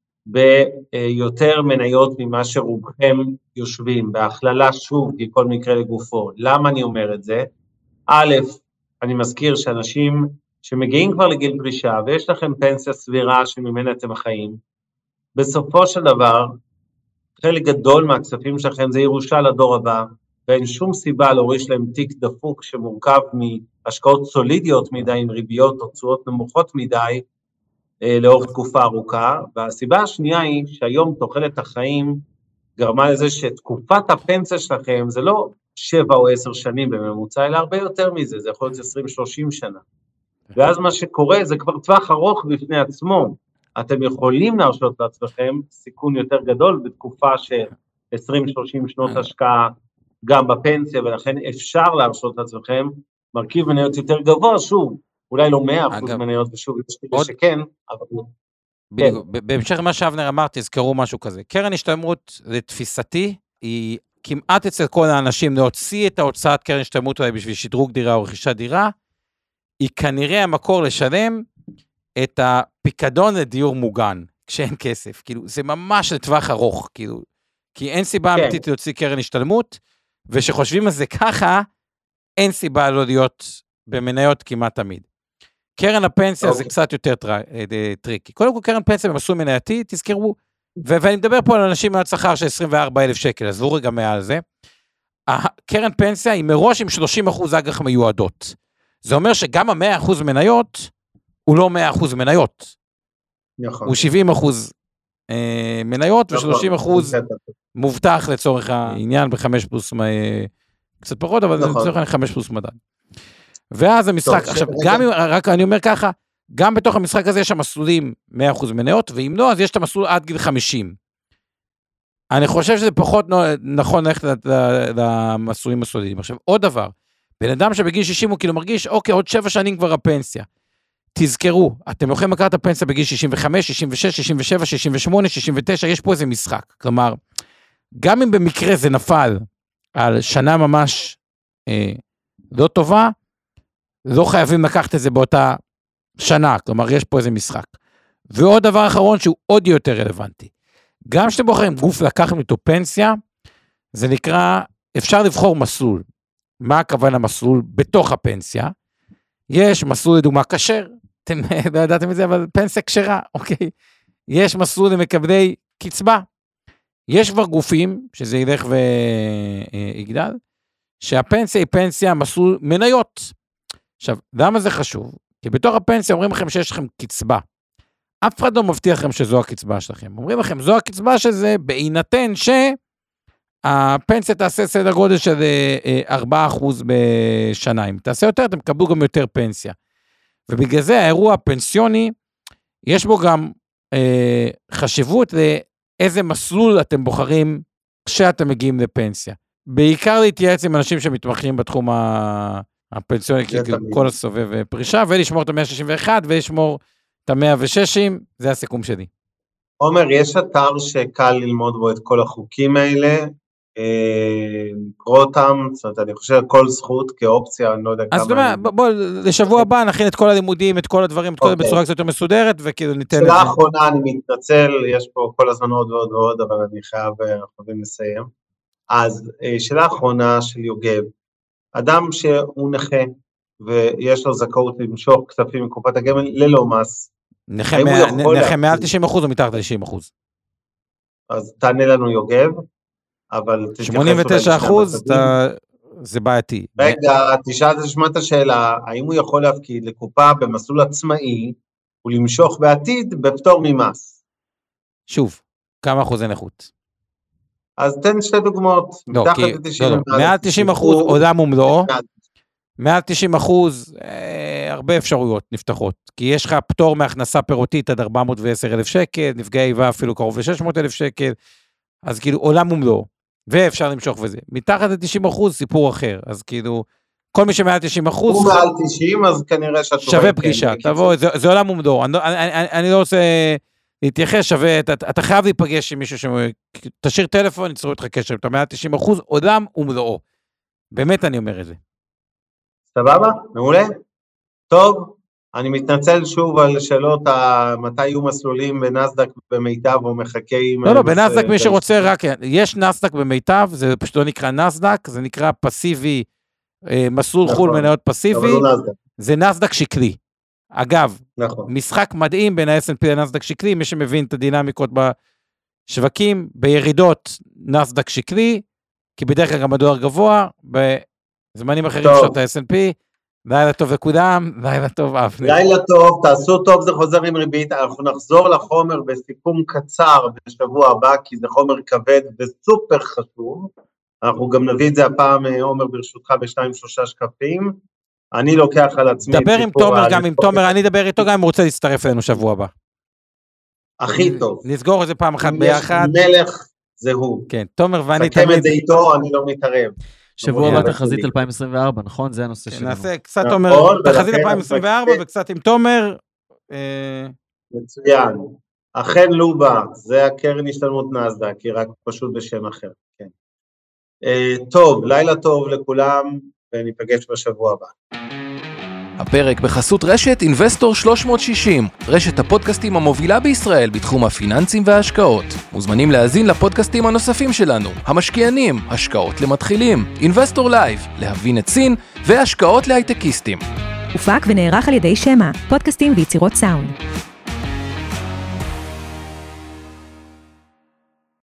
D: ביותר מניות ממה שרובכם יושבים, בהכללה שוב, כי כל מקרה לגופו. למה אני אומר את זה? א', אני מזכיר שאנשים שמגיעים כבר לגיל פרישה, ויש לכם פנסיה סבירה שממנה אתם החיים, בסופו של דבר, חלק גדול מהכספים שלכם זה ירושה לדור הבא, ואין שום סיבה להוריש להם תיק דפוק שמורכב מהשקעות סולידיות מדי, עם ריביות או תשואות נמוכות מדי, לאורך תקופה ארוכה, והסיבה השנייה היא שהיום תוחלת החיים גרמה לזה שתקופת הפנסיה שלכם זה לא 7 או 10 שנים בממוצע, אלא הרבה יותר מזה, זה יכול להיות 20-30 שנה. ואז מה שקורה זה כבר טווח ארוך בפני עצמו, אתם יכולים להרשות לעצמכם סיכון יותר גדול בתקופה של 20-30 שנות השקעה גם בפנסיה, ולכן אפשר להרשות לעצמכם מרכיב מניות יותר גבוה, שוב, אולי לא 100% מניות, ושוב, יש כדי שכן, אבל...
C: בהמשך מה שאבנר אמר, תזכרו משהו כזה. קרן השתלמות, זה תפיסתי, היא כמעט אצל כל האנשים, להוציא את ההוצאת קרן השתלמות אולי בשביל שדרוג דירה או רכישת דירה, היא כנראה המקור לשלם את הפיקדון לדיור מוגן, כשאין כסף. כאילו, זה ממש לטווח ארוך, כאילו, כי אין סיבה אמיתית להוציא קרן השתלמות, ושחושבים על זה ככה, אין סיבה לא להיות במניות כמעט תמיד. קרן הפנסיה זה קצת יותר טריקי. קודם כל, קרן פנסיה במסלול מנייתי, תזכרו, ואני מדבר פה על אנשים מעל שכר של 24,000 שקל, אז לא רגע מעל זה. הקרן פנסיה היא מראש עם 30% אג"ח מיועדות. זה אומר שגם ה-100% מניות, הוא לא 100% מניות.
D: נכון.
C: הוא 70% מניות, ו-30% מובטח לצורך העניין ב5 פלוס, קצת פחות, אבל זה לצורך העניין 5 פלוס מדד. ואז המשחק, עכשיו, גם אם, רק אני אומר ככה, גם בתוך המשחק הזה יש המסלולים 100% מניות, ואם לא, אז יש את המסלול עד גיל 50. אני חושב שזה פחות נכון ללכת למסלולים הסולידיים. עכשיו, עוד דבר, בן אדם שבגיל 60 הוא כאילו מרגיש, אוקיי, עוד 7 שנים כבר הפנסיה. תזכרו, אתם יכולים לקחת את הפנסיה בגיל 65, 66, 67, 68, 69, יש פה איזה משחק. כלומר, גם אם במקרה זה נפל על שנה ממש לא טובה, לא חייבים לקחת את זה באותה שנה, כלומר, יש פה איזה משחק. ועוד דבר אחרון שהוא עוד יותר רלוונטי. גם שאתם בוחרים גוף לקחתם איתו פנסיה, זה נקרא, אפשר לבחור מסלול. מה הכוונה מסלול? בתוך הפנסיה. יש מסלול לדוגמה כשר, אתם לא ידעתם את זה, אבל פנסיה כשרה, אוקיי? יש מסלול למקבלי קצבה. יש כבר גופים, שזה ילך ויגדל, שהפנסיה היא פנסיה מסלול מניות. עכשיו, למה זה חשוב? כי בתוך הפנסיה אומרים לכם שיש לכם קצבה. אף אחד לא מבטיח לכם שזו הקצבה שלכם. אומרים לכם, זו הקצבה שזה בהינתן שהפנסיה תעשה סדר גודל של 4% בשנה. אם תעשה יותר, אתם קבלו גם יותר פנסיה. ובגלל זה האירוע הפנסיוני, יש בו גם חשיבות לאיזה מסלול אתם בוחרים כשאתם מגיעים לפנסיה. בעיקר להתייעץ עם אנשים שמתמחים בתחום הפנסיוני, כל הסובב פרישה, ולשמור את ה-161 ולשמור את ה-160, זה הסיכום שלי.
D: עומר, יש אתר שקל ללמוד בו את כל החוקים האלה, לקרוא אותם, זאת אומרת, אני חושב כל זכות כאופציה, אני לא יודע כמה...
C: אז בוא, לשבוע הבא נכין את כל הלימודים, את כל הדברים, את כל זה בצורה קצת יותר מסודרת, וכאילו ניתן...
D: שאלה האחרונה, אני מתנצל, יש פה כל הזמן עוד ועוד ועוד, אבל אני חייבים לסיים. אז שאלה האחרונה של יוגב, אדם שהוא נכה, ויש לו זכאות למשוך כספים מקופת הגמל ללא מס,
C: נכה מעל 90% או מתחת ל-90%?
D: אז תענה לנו יוגב, אבל...
C: 89% זה בעייתי.
D: רגע, תשמע את השאלה, האם הוא יכול להפקיד לקופה במסלול עצמאי, ולמשוך בעתיד בפטור ממס?
C: שוב, כמה אחוזי נכות?
D: אז תן שתי דוגמאות.
C: לא, מעל 90% עולם ומלואו, מעל 90% הרבה אפשרויות נפתחות, כי יש לך פטור מהכנסה פירותית עד 410,000 שקל, נפגעי איבה אפילו קרוב ל-600,000 שקל, אז כאילו עולם ומלואו, ואפשר למשוך וזה. מתחת ל-90% סיפור אחר, אז כאילו, כל מי שמעל 90%...
D: הוא מעל 90, אז כנראה שהתורה...
C: שווה פגישה, תבוא, זה עולם ומלואו, אני לא רוצה להתייחס, שווה, אתה חייב להיפגש עם מישהו תשאיר טלפון, יצרו איתך קשר, אתה מעל 90%, עולם ומלואו. באמת אני אומר את זה.
D: סבבה? מעולה? טוב, אני מתנצל שוב על שאלות מתי יהיו מסלולים בנסדק במיטב או מחכים...
C: לא, בנסדק מי שרוצה רק, יש נסדק במיטב, זה פשוט לא נקרא נסדק, זה נקרא פסיבי, מסלול חול מניות פסיבי, זה נסדק שקלי. אגב, משחק מדהים בין ה-S&P לנסדק שקלי, מי שמבין את הדינמיקות בשווקים, בירידות נסדק שקלי, כי בדרך כלל גם הדואר גבוה, בזמנים אחרים שעות ה-S&P, לילה טוב לכולם, לילה טוב אבנר.
D: לילה טוב, תעשו טוב, זה חוזר עם ריבית, אנחנו נחזור לחומר בסיכום קצר בשבוע הבא, כי זה חומר כבד וסופר חשוב, אנחנו גם נביא את זה הפעם, עומר ברשותך, ב2-3 שקפים, אני לוקח על עצמי...
C: דבר עם תומר, גם עם תומר, אני אדבר איתו גם אם הוא רוצה להצטרף אלינו שבוע הבא.
D: הכי טוב.
C: נסגור את זה פעם אחת ביחד.
D: מלך זה הוא.
C: כן, תומר ואני
D: תקם את זה איתו, אני לא מתערב.
E: שבוע הבא תחזית 2024, נכון? זה הנושא שלנו.
C: נעשה קצת תומר, תחזית 2024 וקצת עם תומר.
D: מצוין. אכן לובה, זה הקרן השתלמות נסדק, היא רק פשוט בשם אחר. טוב, לילה טוב לכולם, וניפגש בשבוע הבא.
A: הפרק בחסות רשת אינבסטור 360, רשת הפודקאסטים המובילה בישראל בתחום הפיננסים וההשקעות. מוזמנים להאזין לפודקאסטים הנוספים שלנו, המשקיענים, השקעות למתחילים, אינבסטור לייב, להבין את סין, והשקעות להייטקיסטים.
B: הופק ונערך על ידי שמה, פודקאסטים ויצירות סאונד.